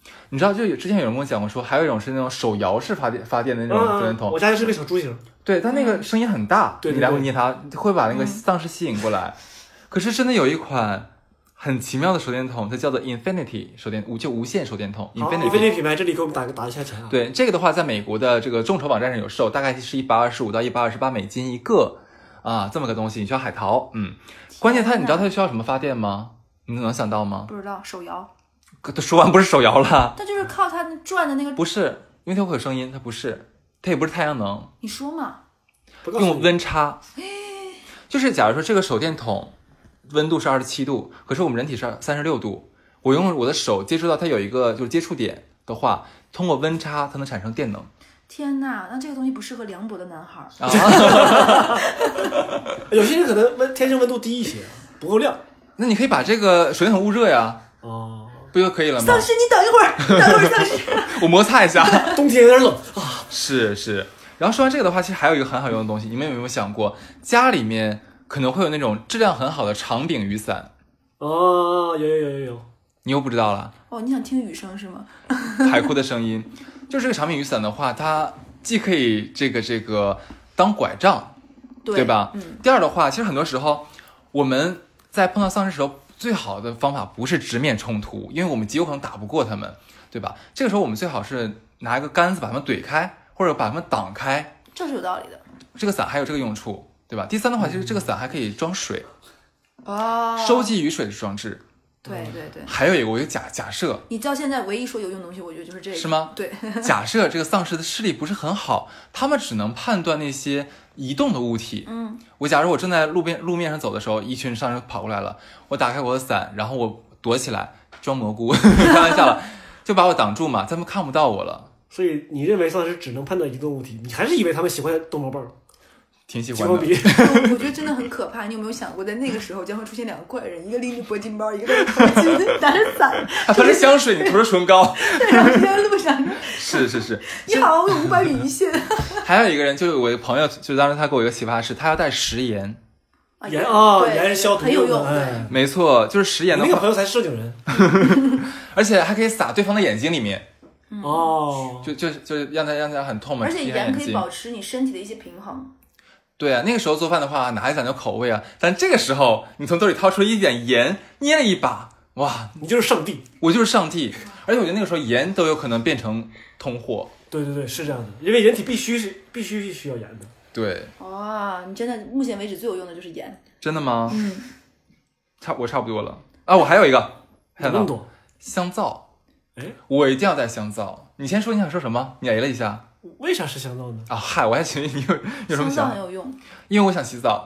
你知道，就之前有人跟我讲过说，还有一种是那种手摇式发电的那种手电筒， 我家就是个小猪型。 对，但那个声音很大， 对， 你来回捏它，会把那个丧尸吸引过来。可是真的有一款很奇妙的手电筒，它叫做 Infinity 手电，就无线手电筒。 Infinity 品牌，这里给我们打一下钱啊。 对，这个的话，在美国的这个众筹网站上有售，大概是$125到$128一个啊，这么个东西。你需要海淘，关键你知道它需要什么发电吗？你能想到吗？ 不知道，手摇。 说完不是手摇了， 它就是靠它转的那个。 不是，因为它会有声音，它不是，它也不是太阳能。 你说嘛？ 用温差，就是假如说这个手电筒温度是27度，可是我们人体是36度，我用我的手接触到它有一个就是接触点的话，通过温差它能产生电能。 天哪，那这个东西不适合凉薄的男孩啊。 有些人可能天生温度低一些，不够亮。 那你可以把这个手电筒捂热呀。 哦， 不就可以了吗？ 丧尸，你等一会儿，丧尸。 我摩擦一下。 冬天有点冷啊。 是。然后说完这个的话，其实还有一个很好用的东西，你们有没有想过，家里面可能会有那种质量很好的长柄雨伞？ 哦，有。 你又不知道了？ 哦，你想听雨声是吗？ 海哭的声音。就是这个长柄雨伞的话，它既可以这个当拐杖，对吧？第二的话，其实很多时候我们在碰到丧尸的时候，最好的方法不是直面冲突，因为我们极有可能打不过他们，对吧？这个时候我们最好是拿一个杆子把他们怼开，或者把他们挡开， 这是有道理的。 这个伞还有这个用处，对吧？第三的话，其实这个伞还可以装水， 收集雨水的装置。 对。 还有一个，我有假设， 你知道现在唯一说有用的东西，我觉得就是这个， 是吗？ 对。 假设这个丧尸的视力不是很好，他们只能判断那些移动的物体。假如我正在路面上走的时候，一群丧尸跑过来了，我打开我的伞，然后我躲起来装蘑菇，开玩笑了，就把我挡住嘛，他们看不到我了。 所以你认为丧尸只能判断移动物体，你还是以为他们喜欢逗猫棒？ 挺喜欢的。 我觉得真的很可怕。你有没有想过，在那个时候将会出现两个怪人，一个拎着铂金包，一个拎着头巾，拿着伞， 他喷着香水，你涂着唇膏， 对，然后就在路上。 是。 你好，我有500米一线。 还有一个人，就是我一个朋友，就当时他给我一个启发是，他要带食盐。 盐消毒很有用。 没错，就是食盐的话。 那个朋友才是正经人， 而且还可以撒对方的眼睛里面。就让他很痛嘛。 而且盐可以保持你身体的一些平衡。 对啊，那个时候做饭的话哪还讲究口味啊？但这个时候你从兜里掏出一点盐，捏了一把，哇， 你就是上帝， 我就是上帝。而且我觉得那个时候盐都有可能变成通货。 对，是这样的，因为人体必须需要盐的。 对。 哇，你真的目前为止最有用的就是盐。 真的吗？我差不多了啊，我还有一个， 还有那么多香皂。 哎， 我一定要带香皂。你先说你想说什么？你了一下。 为啥是香皂呢？ 啊，嗨，我还以为你有什么想？ 香皂很有用， 因为我想洗澡。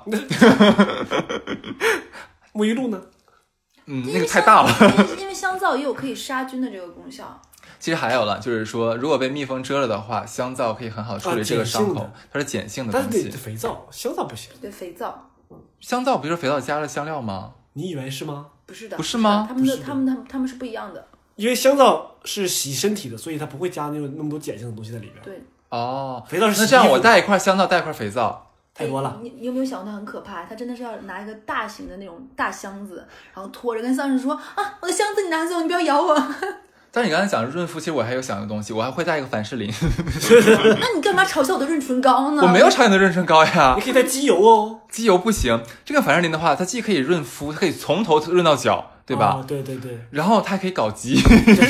沐浴露呢？ 那个太大了。 因为香皂也有可以杀菌的这个功效。 其实还有了，就是说，如果被蜜蜂蛰了的话，香皂可以很好的处理这个伤口，它是碱性的东西。 但是得肥皂，香皂不行。 对，肥皂。 香皂不是肥皂加了香料吗？ 你以为是吗？ 不是的， 不是吗？ 他们是不一样的。 因为香皂是洗身体的，所以它不会加那么多碱性的东西在里边。 对。 肥皂是洗衣服。 那这样我带一块香皂，带一块肥皂， 太多了。 你有没有想过它很可怕？它真的是要拿一个大型的那种大箱子，然后拖着跟丧尸说啊，我的箱子你拿走，你不要咬我。 但是你刚才讲润肤，其实我还有想一个东西，我还会带一个凡士林。 那你干嘛嘲笑我的润唇膏呢？ 我没有嘲笑你的润唇膏呀。 你可以带机油哦。 机油不行，这个凡士林的话，它既可以润肤，它可以从头润到脚，对吧？ 对。 然后它还可以搞基。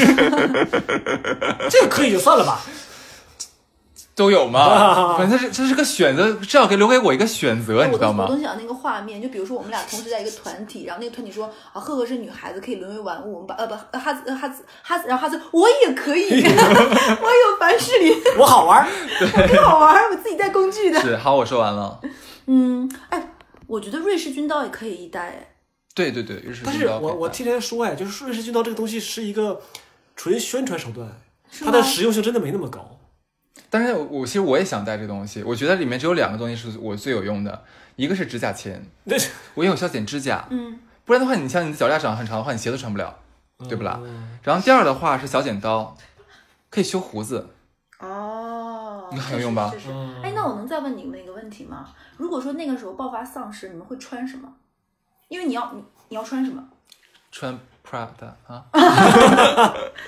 这个可以就算了吧。 都有吗？反正这是个选择，至少可以留给我一个选择，你知道吗？ 我都想那个画面，就比如说我们俩同时在一个团体，然后那个团体说啊，赫赫是女孩子，可以沦为玩物，我们把哈子，然后哈子我也可以，我有凡士林， 我好玩， 我更好玩，我自己带工具的。 是，好，我说完了。 我觉得瑞士军刀也可以一带，哎。 对，瑞士军刀。 但是我听人家说，就是瑞士军刀这个东西是一个纯宣传手段，它的实用性真的没那么高。 但是其实我也想带这东西，我觉得里面只有2个东西是我最有用的，一个是指甲钳，我有效剪指甲，不然的话，你像你的脚架长很长的话，你鞋都穿不了，对不啦？然后第二的话是小剪刀，可以修胡子。你很有用吧？ 是。那我能再问你们一个问题吗？如果说那个时候爆发丧尸，你们会穿什么？因为你要穿什么？ 穿 Prada 啊。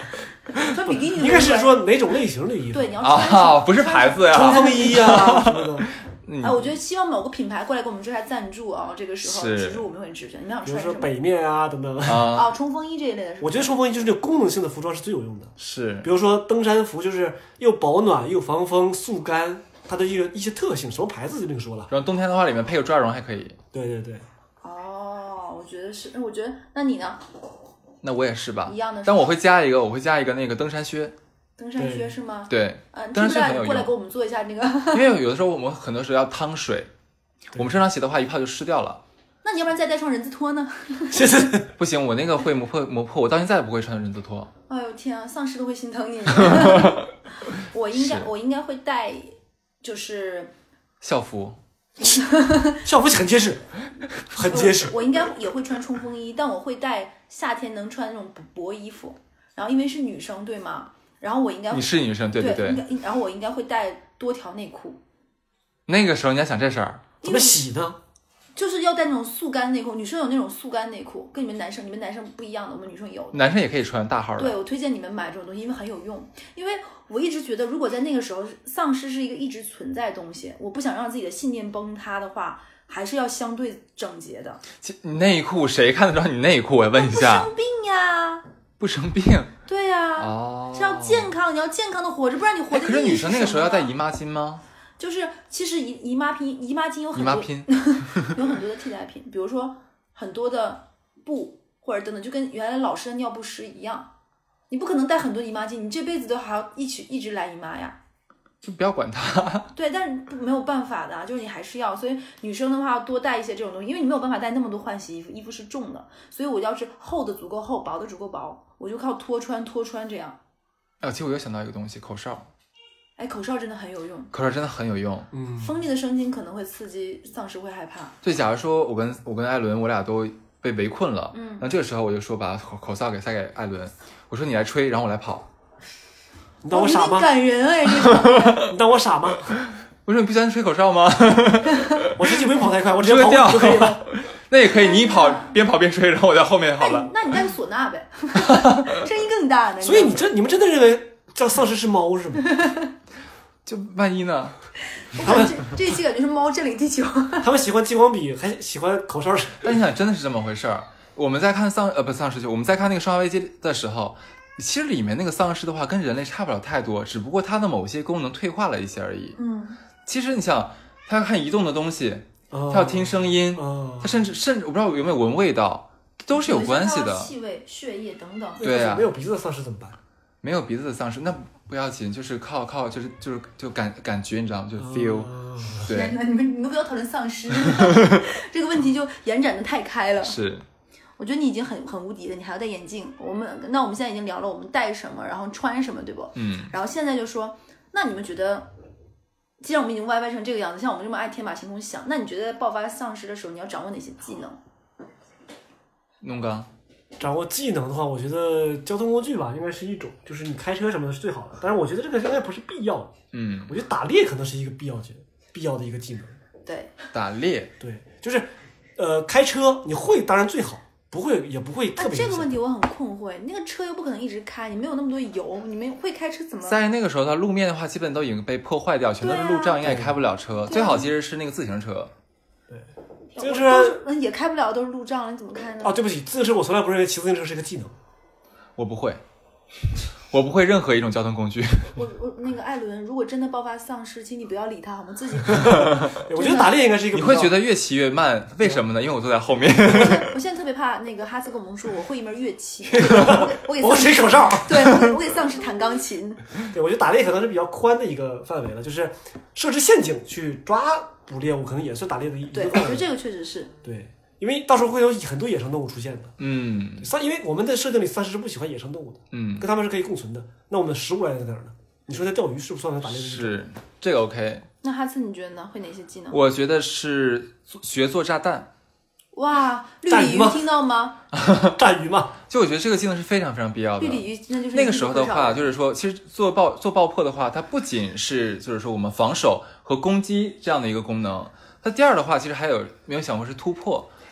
穿比基尼应该是说哪种类型的衣服？ 对，你要穿不是牌子呀， 冲锋衣呀什么的。 我觉得希望某个品牌过来给我们做一下赞助啊，这个时候是其实我们会支持。你们想比如说穿什么？ 北面啊等等。 冲锋衣这一类的是吧？ 我觉得冲锋衣就是这种功能性的服装是最有用的。 是， 比如说登山服，就是又保暖又防风、速干，它的一些特性，什么牌子就另说了。 然后冬天的话，里面配个抓绒还可以。 对对对。 我觉得是，我觉得那你呢？ 那我也是吧， 一样的。 但我会加一个那个登山靴。 登山靴是吗？ 对， 登山靴很有用。过来给我们做一下那个。 因为有的时候我们很多时候要趟水，我们正常洗的话一泡就湿掉了。 那你要不然再带双人字拖呢？ 不行，我那个会磨破，我到现在不会穿人字拖。 哎呦天啊，丧尸都会心疼你。我应该会带，就是校服。 校服很结实，很结实。 我应该也会穿冲锋衣，但我会带夏天能穿那种薄衣服。然后因为是女生，对吗？然后我应该你是女生，对。 然后我应该会带多条内裤。 那个时候你还想这事儿？ 怎么洗呢？ 就是要带那种速干内裤，女生有那种速干内裤，跟你们男生不一样的，我们女生有。 男生也可以穿大号的。 对，我推荐你们买这种东西，因为很有用。因为我一直觉得，如果在那个时候，丧尸是一个一直存在的东西，我不想让自己的信念崩塌的话，还是要相对整洁的。 你内裤谁看得着你内裤？我问一下。 不生病呀。 不生病。 对呀。是要健康，你要健康的活着，不然你活着。 可是女生那个时候要带姨妈巾吗？ 就是其实姨妈巾有很多有很多的替代品，比如说很多的布或者等等，就跟原来老师的尿不湿一样，你不可能带很多姨妈巾，你这辈子都还要一直来姨妈呀。 就不要管它。 对，但是没有办法的，就是你还是要，所以女生的话要多带一些这种东西，因为你没有办法带那么多换洗衣服，衣服是重的，所以我要是厚的足够厚，薄的足够薄，我就靠脱穿这样。 其实我又想到一个东西，口哨。 口哨真的很有用。 口哨真的很有用。 锋利的声音可能会刺激丧尸，会害怕。 对，假如说我跟艾伦，我俩都被围困了，那这个时候我就说把口哨塞给艾伦，我说你来吹，然后我来跑。 你当我傻吗？ 感人哎， 你当我傻吗？ 我说你不喜欢吹口哨吗？ 我实际不用跑太快，我直接跑就可以了。 那也可以，你边跑边吹，然后我在后面好了。 那你带唢呐呗，声音更大呢。 所以你们真的认为这丧尸是猫是吗？ 就万一呢？ 他们这一期感觉是猫占领地球。 他们喜欢激光笔，还喜欢口哨。 但你想，真的是这么回事儿。我们在看丧尸剧，我们在看那个《生化危机》的时候，其实里面那个丧尸的话跟人类差不了太多，只不过它的某些功能退化了一些而已。其实你想，它要看移动的东西，它要听声音，它甚至我不知道有没有闻味道，都是有关系的。 气味、血液等等。 对啊。 没有鼻子的丧尸怎么办？ 没有鼻子的丧尸那不要紧，就是靠就感觉，你知道吗？就 feel。对。 天哪，你们不要讨论丧尸，这个问题就延展的太开了。 是。 我觉得你已经很无敌了，你还要戴眼镜。我们现在已经聊了我们戴什么，然后穿什么，对不？然后现在就说，那你们觉得，既然我们已经歪成这个样子，像我们这么爱天马行空想，那你觉得爆发丧尸的时候，你要掌握哪些技能？ 弄刚。 掌握技能的话，我觉得交通工具吧，应该是一种，就是你开车什么的是最好的。但是我觉得这个应该不是必要的。我觉得打猎可能是一个必要的一个技能。 对， 打猎， 对，就是开车你会当然最好，不会也不会特别。 这个问题我很困惑，那个车又不可能一直开，你没有那么多油，你们会开车怎么？ 在那个时候，它路面的话基本都已经被破坏掉，全都是路障，应该也开不了车。最好其实是那个自行车。 对。自行车也开不了，都是路障了，你怎么开呢？ 对不起，自行车我从来不认为骑自行车是一个技能。 我不会任何一种交通工具。 我那个艾伦，如果真的爆发丧尸，请你不要理他好吗？自己。 我觉得打猎应该是一个。 你会觉得越骑越慢，为什么呢？因为我坐在后面。 我现在特别怕那个哈斯跟我们说，我会一门乐器。 我吹口哨。 对，我给丧尸弹钢琴。 对，我觉得打猎可能是比较宽的一个范围了，就是设置陷阱去抓捕猎物，可能也是打猎的一个。 对，我觉得这个确实是。 对。因为到时候会有很多野生动物出现的，因为我们的设定里丧尸是不喜欢野生动物的，跟他们是可以共存的。那我们的食物来在哪儿呢？你说在钓鱼是不是算在打猎的？ 是，这个 OK。 那哈次你觉得呢？会哪些技能？ 我觉得是学做炸弹。 哇，绿鲤鱼听到吗？ 战鱼嘛， 就我觉得这个技能是非常非常必要的。 绿鲤鱼那就是那个时候的话，就是说，其实做爆破的话，它不仅是就是说我们防守和攻击这样的一个功能，它第二的话，其实还有没有想过是突破。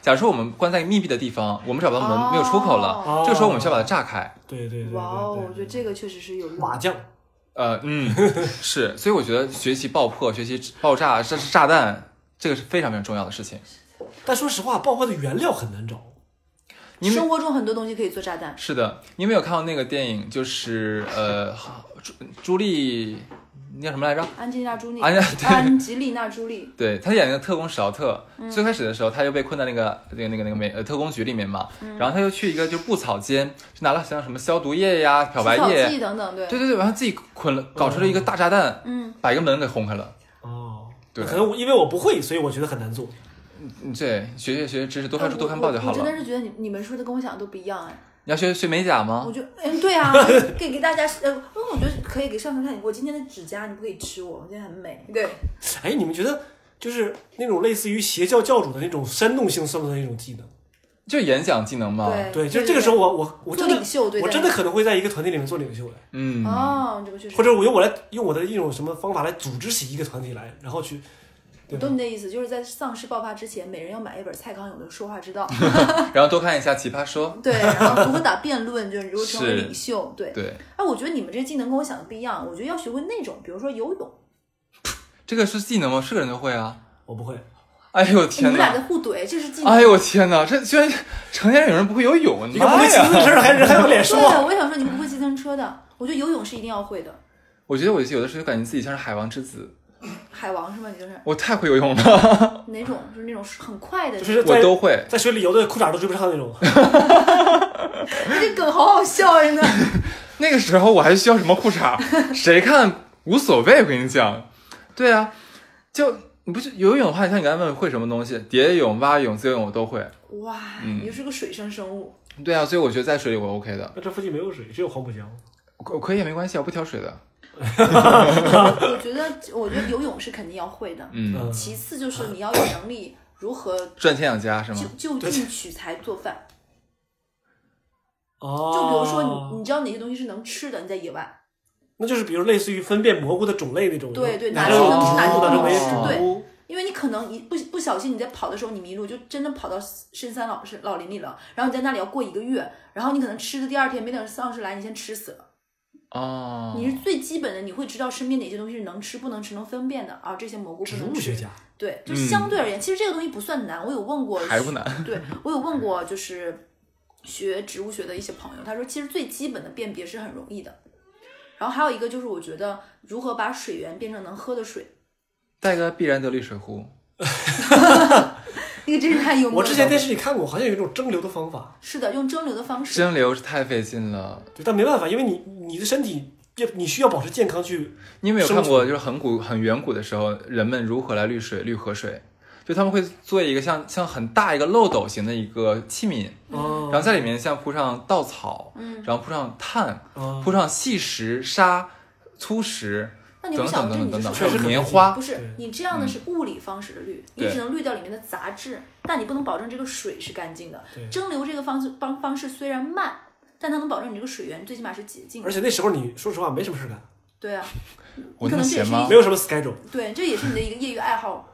假如说我们关在密闭的地方，我们找不到门，没有出口了，这个时候我们需要把它炸开。 对。 哇哦，我觉得这个确实是有用。 瓦匠。 是，所以我觉得学习爆破、学习爆炸、这是炸弹，这个是非常非常重要的事情。 但说实话，爆破的原料很难找。 生活中很多东西可以做炸弹。 是的，你有没有看过那个电影？就是朱莉，你叫什么来着？ 安吉丽娜·朱莉。 安吉丽娜·朱莉。 对，她演那个特工史奥特。最开始的时候，她就被困在那个特工局里面嘛。然后她又去一个就布草间，就拿了像什么消毒液呀、漂白液等等，对。 对，然后自己搞出了一个大炸弹，把一个门给轰开了。对， 可能因为我不会，所以我觉得很难做。 对，学知识，多看书多看报就好了。 我真的是觉得你们说的跟我想的都不一样哎。 你要学美甲吗？ 我觉得，对啊，给大家，我觉得可以给上头看。我今天的指甲你不可以吃我今天很美。对。 哎，你们觉得就是那种类似于邪教教主的那种煽动性算不算那种技能？ 就演讲技能嘛。 对，就这个时候我真的领袖，对， 我真的可能会在一个团体里面做领袖的。 这个确实。 或者我来用我的一种什么方法来组织起一个团体来，然后去。 我懂你的意思，就是在丧尸爆发之前，每人要买一本蔡康永的《说话之道》， 然后多看一下《奇葩说》。 对，然后如何打辩论，就是如何成为领袖。对。哎，我觉得你们这技能跟我想的不一样，我觉得要学会那种，比如说游泳。 这个是技能吗？是个人都会啊。 我不会。 哎呦天哪！ 你们俩在互怼，这是技能。 哎呦我天哪！这居然成年人有人不会游泳， 你不会骑自行车还有脸说？ 对，我也想说你们不会骑自行车的，我觉得游泳是一定要会的。 我觉得我有的时候感觉自己像是海王之子。 海王是吗？你就是我太会游泳了。 哪种？就是那种很快的， 就是我都会在水里游的裤衩都追不上那种。 这梗好好笑真的。 那个时候我还需要什么裤衩？谁看无所谓，我跟你讲。对啊，就你不是游泳的话，像你刚才问会什么东西，蝶泳、蛙泳、自由泳我都会。 哇，你就是个水生生物。 对啊，所以我觉得在水里我 OK 的。 那这附近没有水，只有黄浦江。 我可以也没关系，我不挑水的。 我觉得游泳是肯定要会的。其次就是你要有能力如何赚钱养家是吗？ 就近取材做饭。 哦。 就比如说你知道哪些东西是能吃的，你在野外。 那就是比如类似于分辨蘑菇的种类那种。 对， 哪种能吃，哪种没吃。 对，因为你可能不小心你在跑的时候你迷路，就真的跑到深山老林里了，然后你在那里要过1个月，然后你可能吃的第2天没等丧尸来，你先吃死了。你是最基本的，你会知道身边哪些东西是能吃不能吃能分辨的啊，这些蘑菇不能吃。 植物学家。 对，就相对而言，其实这个东西不算难。我有问过， 还不难。 对，我有问过，就是学植物学的一些朋友，他说其实最基本的辨别是很容易的。然后还有一个就是，我觉得如何把水源变成能喝的水。 带个必然得利水壶。 那个真是太幽默了。 我之前电视里看过，好像有一种蒸馏的方法。 是的，用蒸馏的方式。 蒸馏是太费劲了。 对，但没办法，因为你的身体你需要保持健康去。 你有没有看过，就是很远古的时候，人们如何来滤河水？就他们会做一个像很大一个漏斗型的一个器皿，然后在里面像铺上稻草，然后铺上炭，铺上细石、沙、粗石。 那你会想等等， 还有棉花。 不是，你这样的是物理方式的滤，你只能滤掉里面的杂质，但你不能保证这个水是干净的。蒸馏这个方式虽然慢，但它能保证你这个水源最起码是洁净的。 而且那时候你说实话没什么事干。 对啊， 我那么闲吗？ 没有什么 schedule。 对，这也是你的一个业余爱好。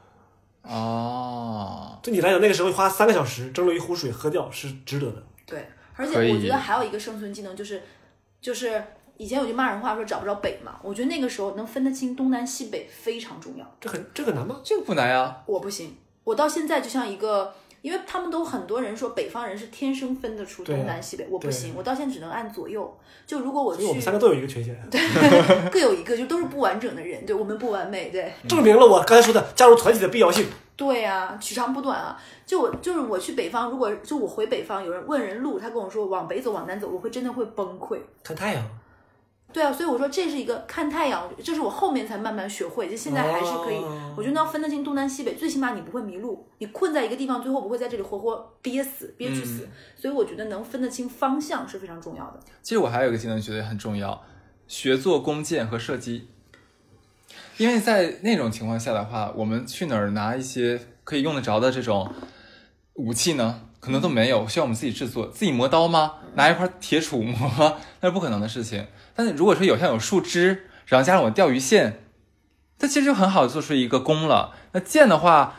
对你来讲，那个时候花3个小时蒸馏一壶水喝掉是值得的。 对，而且我觉得还有一个生存技能就是以前有句骂人话说找不着北嘛，我觉得那个时候能分得清东南西北非常重要。 这个难吗？ 这个不难呀。 我不行，我到现在就像一个，因为他们都很多人说北方人是天生分得出东南西北，我不行，我到现在只能按左右。就如果我去， 我们3个都有一个缺陷， 对，各有一个，就都是不完整的人，对我们不完美，对， 证明了我刚才说的加入团体的必要性。 对啊，取长补短啊。就是我去北方，如果就我回北方，有人问人路，他跟我说往北走往南走，我会真的会崩溃。 看太阳。 对啊，所以我说这是一个看太阳，这是我后面才慢慢学会，就现在还是可以。我觉得要分得清东南西北，最起码你不会迷路，你困在一个地方，最后不会在这里活活憋屈死。所以我觉得能分得清方向是非常重要的。 其实我还有一个技能觉得很重要，学做弓箭和射击。因为在那种情况下的话，我们去哪儿拿一些可以用得着的这种武器呢？可能都没有，需要我们自己制作，自己磨刀吗？拿一块铁杵磨吗？那是不可能的事情。但是如果说有树枝，然后加上我钓鱼线，它其实就很好做出一个弓了。那箭的话，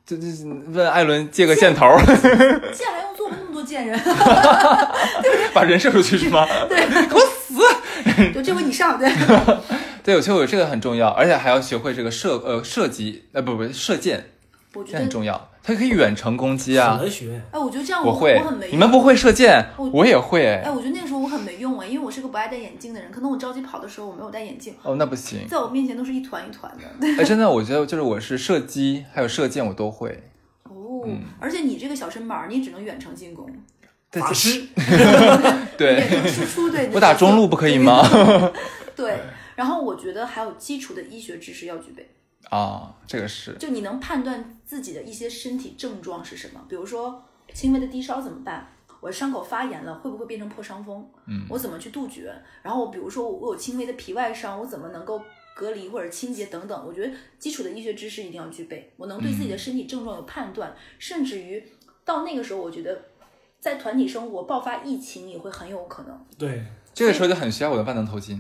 就问艾伦借个箭头， 箭还用做那么多箭人， 把人射出去是吗？ 对， 给我死！ 就这回你上，对。 对，我觉得这个很重要，而且还要学会这个射击，不射箭，这我觉得很重要，它可以远程攻击啊。 很学。 哎，我觉得这样我会很没用。 你们不会射箭，我也会。 哎，我觉得那个时候我很没用因为我是个不爱戴眼镜的人，可能我着急跑的时候我没有戴眼镜。 哦，那不行， 在我面前都是一团一团的。 哎，真的，我觉得就是我是射击还有射箭我都会。 哦，而且你这个小身板，你只能远程进攻。 法师， 对， 远程输出，对。 我打中路不可以吗？ 对，然后我觉得还有基础的医学知识要具备。 啊，这个是。 就你能判断自己的一些身体症状是什么，比如说轻微的低烧怎么办？我伤口发炎了，会不会变成破伤风？我怎么去杜绝？然后比如说我有轻微的皮外伤，我怎么能够隔离或者清洁等等？我觉得基础的医学知识一定要具备，我能对自己的身体症状有判断，甚至于到那个时候，我觉得在团体生活爆发疫情也会很有可能。 对， 这个时候就很需要我的万能头巾。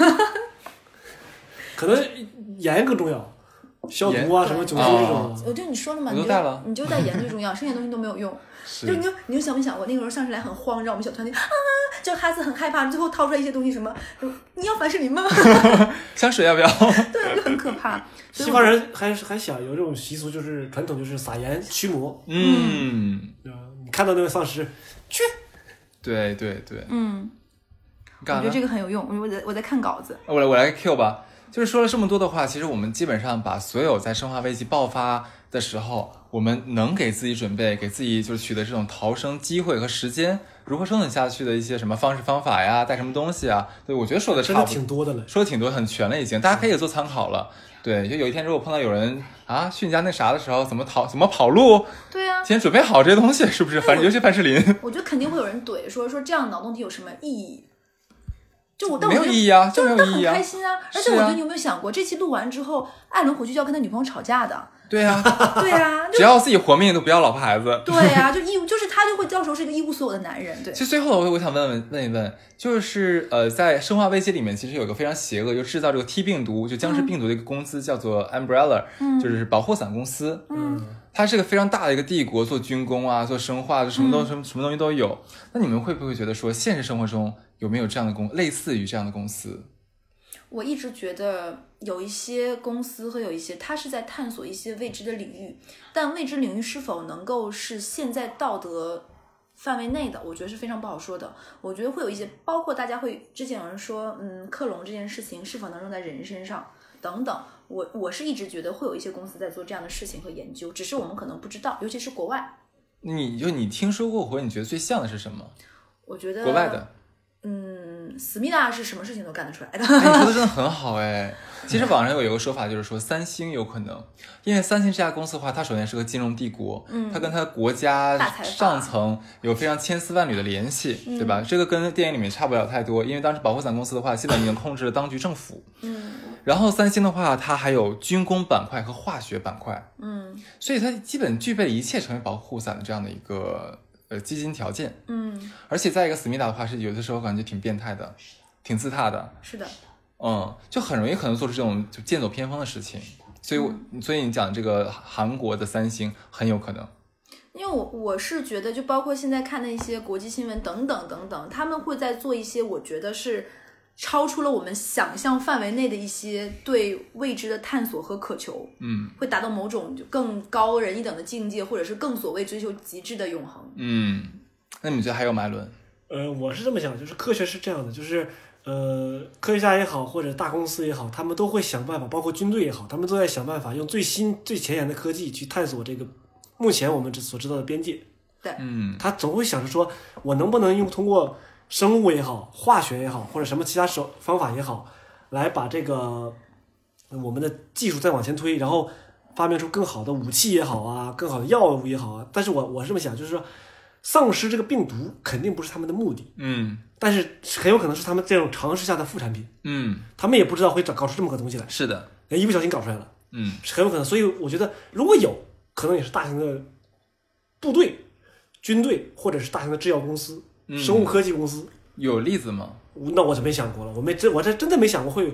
可能盐更重要。消毒啊，什么酒精这种， 我就你说了嘛， 我都带了， 你就带盐最重要，剩下东西都没有用。就你就想没想过，那个时候上次来很慌张，我们小团队就哈斯很害怕，最后掏出来一些东西，什么你要凡士林吗？ 香水要不要？ 对，就很可怕。 西方人还想有这种习俗，就是传统，就是撒盐驱魔。 你看到那个丧尸，去。 对。 我觉得这个很有用。我在看稿子。 我来 Q 吧。就是说了这么多的话，其实我们基本上把所有在生化危机爆发的时候，我们能给自己准备、给自己就是取得这种逃生机会和时间，如何生存下去的一些什么方式方法呀，带什么东西啊，对，我觉得说的真的挺多的了， 说的挺多，很全了已经，大家可以做参考了。对，就有一天如果碰到有人啊训家那啥的时候，怎么跑路？ 对啊， 先准备好这些东西，是不是？反正尤其凡士林， 我觉得肯定会有人怼说这样脑洞题有什么意义？但没有意义啊，就没有意义啊， 很开心啊！而且我觉得你有没有想过，这期录完之后，艾伦回去就要跟他女朋友吵架的。 对啊， 对啊， 只要自己活命都不要老婆孩子。 对啊，就是他就会到时候是一个一无所有的男人。对， 其实最后我想问一问，就是在生化危机里面，其实有一个非常邪恶，就制造这个 T 病毒，就僵尸病毒的一个公司叫做 Umbrella，就是保护伞公司。它是个非常大的一个帝国，做军工啊，做生化，就什么东西都有。那你们会不会觉得说，现实生活中有没有这样的类似于这样的公司？ 我一直觉得有一些公司和有一些它是在探索一些未知的领域，但未知领域是否能够是现在道德范围内的，我觉得是非常不好说的。我觉得会有一些，包括大家会之前有人说，克隆这件事情是否能用在人身上等等。我是一直觉得会有一些公司在做这样的事情和研究，只是我们可能不知道，尤其是国外。 你听说过或者你觉得最像的是什么？ 我觉得国外的。 思密达是什么事情都干得出来的。 你说的真的很好哎。其实网上有一个说法，就是说三星有可能，因为三星这家公司的话，它首先是个金融帝国，它跟它国家上层有非常千丝万缕的联系，对吧？这个跟电影里面差不了太多，因为当时保护伞公司的话，基本已经控制了当局政府。然后三星的话，它还有军工板块和化学板块，所以它基本具备一切成为保护伞的这样的一个基金条件。而且再一个思密达的话，是有的时候感觉挺变态的，挺自大的。 是的。 就很容易可能做出这种就剑走偏锋的事情，所以你讲这个韩国的三星很有可能。 因为我是觉得，就包括现在看的一些国际新闻等等等等，他们会在做一些我觉得是超出了我们想象范围内的一些对未知的探索和渴求，会达到某种就更高人一等的境界，或者是更所谓追求极致的永恒。 那你觉得还有吗，艾伦？ 我是这么想，就是科学是这样的，就是科学家也好，或者大公司也好，他们都会想办法，包括军队也好，他们都在想办法用最新最前沿的科技去探索这个目前我们所知道的边界。 对， 他总会想着说，我能不能通过生物也好，化学也好，或者什么其他方法也好，来把这个我们的技术再往前推，然后发明出更好的武器也好啊，更好的药物也好啊。但是我是这么想，就是说，丧尸这个病毒肯定不是他们的目的，但是很有可能是他们这种尝试下的副产品，他们也不知道会搞出这么个东西来， 是的， 一不小心搞出来了，很有可能。所以我觉得，如果有可能，也是大型的部队、军队，或者是大型的制药公司、生物科技公司。 有例子吗？ 那我就没想过了，我这真的没想过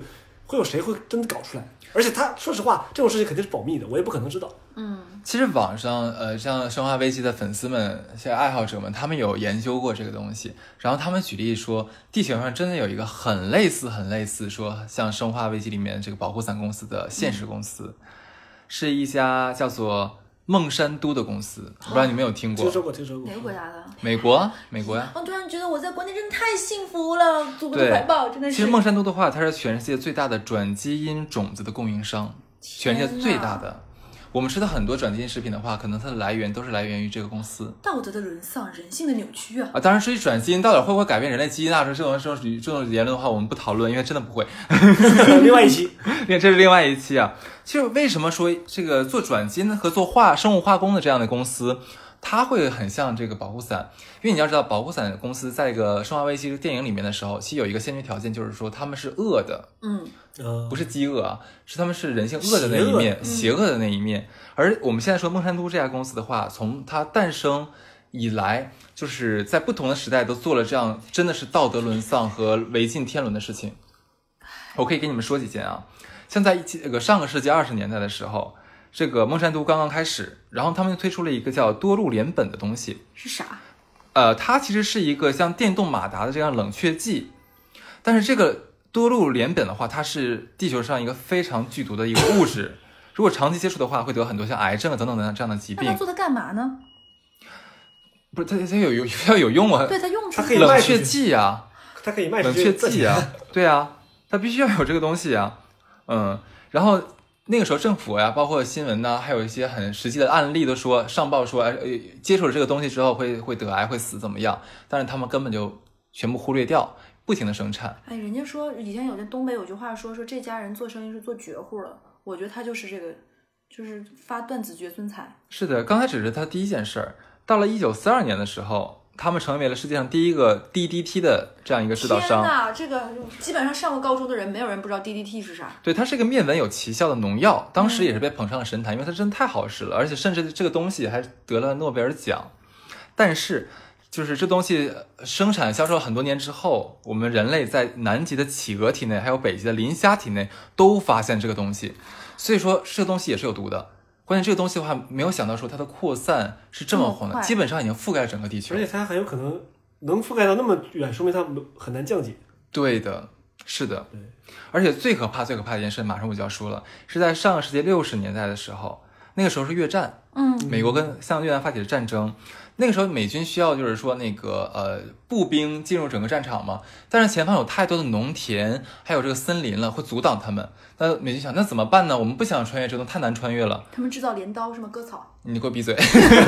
会有谁会真的搞出来？而且他说实话，这种事情肯定是保密的，我也不可能知道。 其实网上像《生化危机》的粉丝们、一些爱好者们，他们有研究过这个东西，然后他们举例说，地球上真的有一个很类似说像《生化危机》里面这个保护伞公司的现实公司，是一家叫做孟山都的公司，不知道你们有听过？ 听说过。 哪个国家的？ 美国呀。 我突然觉得我在国内真的太幸福了，祖国的怀抱真的是。 其实孟山都的话，它是全世界最大的转基因种子的供应商，全世界最大的。我们吃的很多转基因食品的话，可能它的来源都是来源于这个公司。 道德的沦丧，人性的扭曲啊！ 当然，至于转基因到底会不会改变人类基因啊，这种言论的话，我们不讨论，因为真的不会。 另外一期， 这是另外一期啊。就是为什么说这个做转基因和做生物化工的这样的公司，它会很像这个保护伞？因为你要知道，保护伞公司在这个《生化危机》电影里面的时候，其实有一个先决条件，就是说他们是恶的。不是饥饿啊，是他们是人性恶的那一面，邪恶的那一面。而我们现在说孟山都这家公司的话，从它诞生以来，就是在不同的时代都做了这样真的是道德沦丧和违禁天伦的事情。我可以给你们说几件啊，像在上个世纪20年代的时候，这个孟山都刚刚开始，然后他们推出了一个叫多氯联苯的东西。 是啥？ 它其实是一个像电动马达的这样冷却剂，但是这个多氯联苯的话，它是地球上一个非常剧毒的一个物质，如果长期接触的话，会得很多像癌症等等这样的疾病。 那它做它干嘛呢？ 不是它有用啊？ 对，它用它可以冷却剂啊， 它可以卖出去冷却剂啊，对啊，它必须要有这个东西啊。然后那个时候政府呀，包括新闻呢，还有一些很实际的案例都说上报说，接触了这个东西之后会得癌会死怎么样？但是他们根本就全部忽略掉。不停的生产。 人家说以前东北有句话说这家人做生意是做绝户了，我觉得他就是这个，就是发断子绝孙财。 是的，刚才只是他第一件事儿，到了1942年的时候，他们成为了世界上第一个 DDT 的这样一个制造商。 天哪，这个基本上上过高中的人，没有人不知道 DDT 是啥。 对，它是一个面闻有奇效的农药，当时也是被捧上了神坛，因为它真的太好使了，而且甚至这个东西还得了诺贝尔奖。但是就是这东西生产销售了很多年之后，我们人类在南极的企鹅体内还有北极的磷虾体内都发现这个东西，所以说这个东西也是有毒的。关键这个东西的话，没有想到说它的扩散是这么红的，基本上已经覆盖了整个地球， 而且它很有可能能覆盖到那么远，说明它很难降解。 对的，是的。 对， 而且最可怕的一件事，马上我就要说了，是在上个世纪60年代的时候，那个时候是越战，美国跟向越南发起的战争。那个时候美军需要就是说那个步兵进入整个战场嘛，但是前方有太多的农田还有这个森林了，会阻挡他们。那美军想那怎么办呢？我们不想穿越这种太难穿越了。 他们制造镰刀是吗？割草。 你给我闭嘴。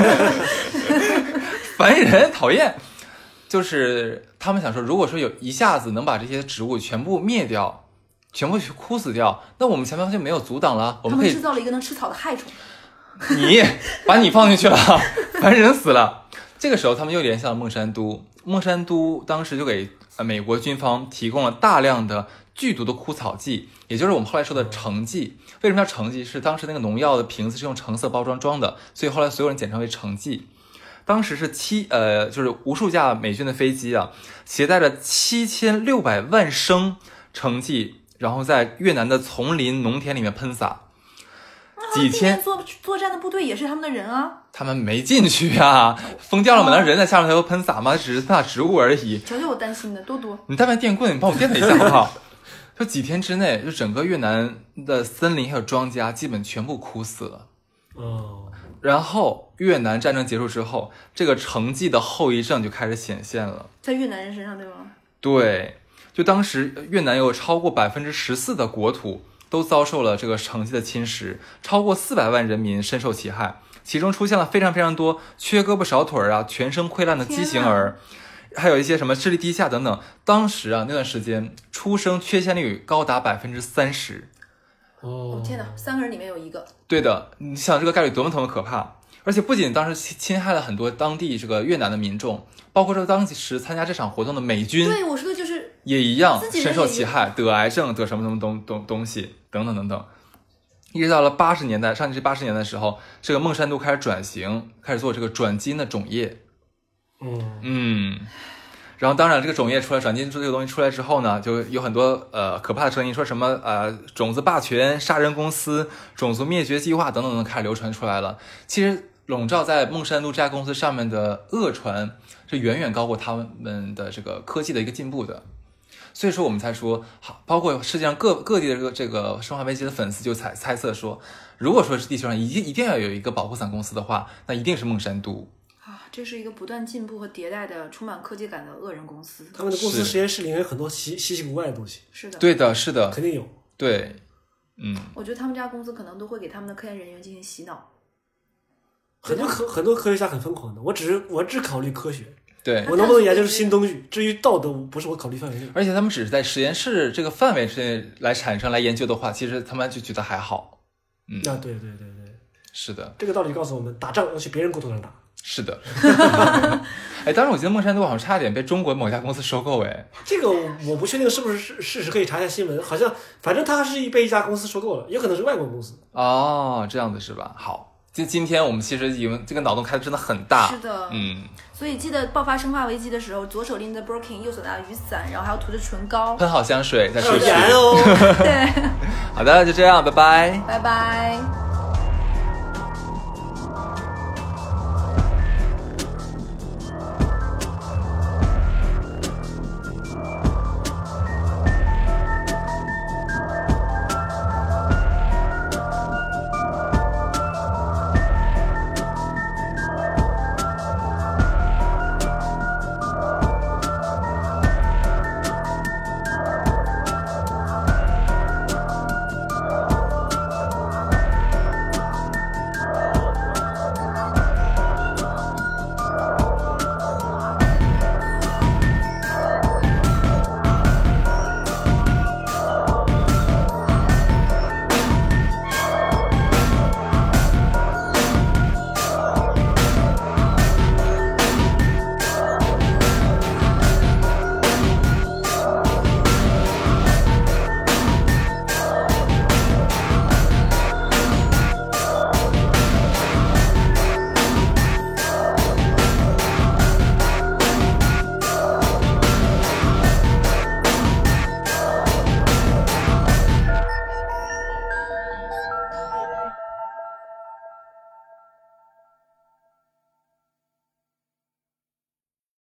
烦人，讨厌。就是他们想说，如果说有一下子能把这些植物全部灭掉，全部去枯死掉，那我们前方就没有阻挡了。我们可以制造了一个能吃草的害虫。 你把你放进去了，烦人死了。这个时候他们又联系到孟山都，孟山都当时就给美国军方提供了大量的剧毒的枯草剂，也就是我们后来说的橙剂。为什么叫橙剂？是当时那个农药的瓶子是用橙色包装装的，所以后来所有人简称为橙剂。当时是就是无数架美军的飞机啊，携带着7600万升橙剂，然后在越南的丛林农田里面喷洒。几天作战的部队也是他们的人啊， 他们没进去啊，封掉了吗？那人在下面才会喷洒吗？只是喷洒植物而已。 瞧瞧我担心的多多， 你带把电棍，你帮我电他一下好不好？就几天之内，就整个越南的森林还有庄稼基本全部枯死了。然后越南战争结束之后，这个橙剂的后遗症就开始显现了， 在越南人身上，对吗？ 对，就当时越南有超过14%的国土都遭受了这个橙剂的侵蚀，超过400万人民深受其害，其中出现了非常非常多缺胳膊少腿啊、全身溃烂的畸形儿，还有一些什么智力低下等等。当时啊，那段时间出生缺陷率高达30%。 天哪，3个人里面有1个。 对的，你想这个概率多么可怕！而且不仅当时侵害了很多当地这个越南的民众，包括说当时参加这场活动的美军， 对我说的就是也一样深受其害，得癌症，得什么东西等等等等。一直到了80年代，上世纪80年代的时候，这个孟山都开始转型，开始做这个转基因的种业。 然后当然这个种业出来，转基因这个东西出来之后呢，就有很多可怕的声音，说什么种子霸权、杀人公司、种族灭绝计划等等等开始流传出来了。其实笼罩在孟山都这家公司上面的恶传是远远高过他们的这个科技的一个进步的。所以说我们才说，好，包括世界上各地的这个生化危机的粉丝就猜测说，如果说是地球上一定要有一个保护伞公司的话，那一定是孟山都。 这是一个不断进步和迭代的充满科技感的恶人公司。 他们的公司实验室里面有很多稀奇古怪的东西。 是的， 对的，是的， 肯定有。 对， 我觉得他们家公司可能都会给他们的科研人员进行洗脑。 很多科学家很疯狂的，我只考虑科学。 对， 我能不能研究新东西？至于道德，不是我考虑范围内。 而且他们只是在实验室这个范围之内来产生、来研究的话，其实他们就觉得还好。 对， 是的， 这个道理告诉我们，打仗要去别人骨头上打。 是的。哎，当时我记得孟山都好像差点被中国某家公司收购，哎，这个我不确定是不是事实，可以查一下新闻。好像反正他是被一家公司收购了，也可能是外国公司。 哦，这样子是吧？好，今天我们其实已经这个脑洞开的真的很大。 是的，所以记得爆发生化危机的时候，左手拎着 Birkin， 右手拿着雨伞，然后还要涂着唇膏， 喷好香水再出去。 哦。 对， 好的，就这样，拜拜， 拜拜。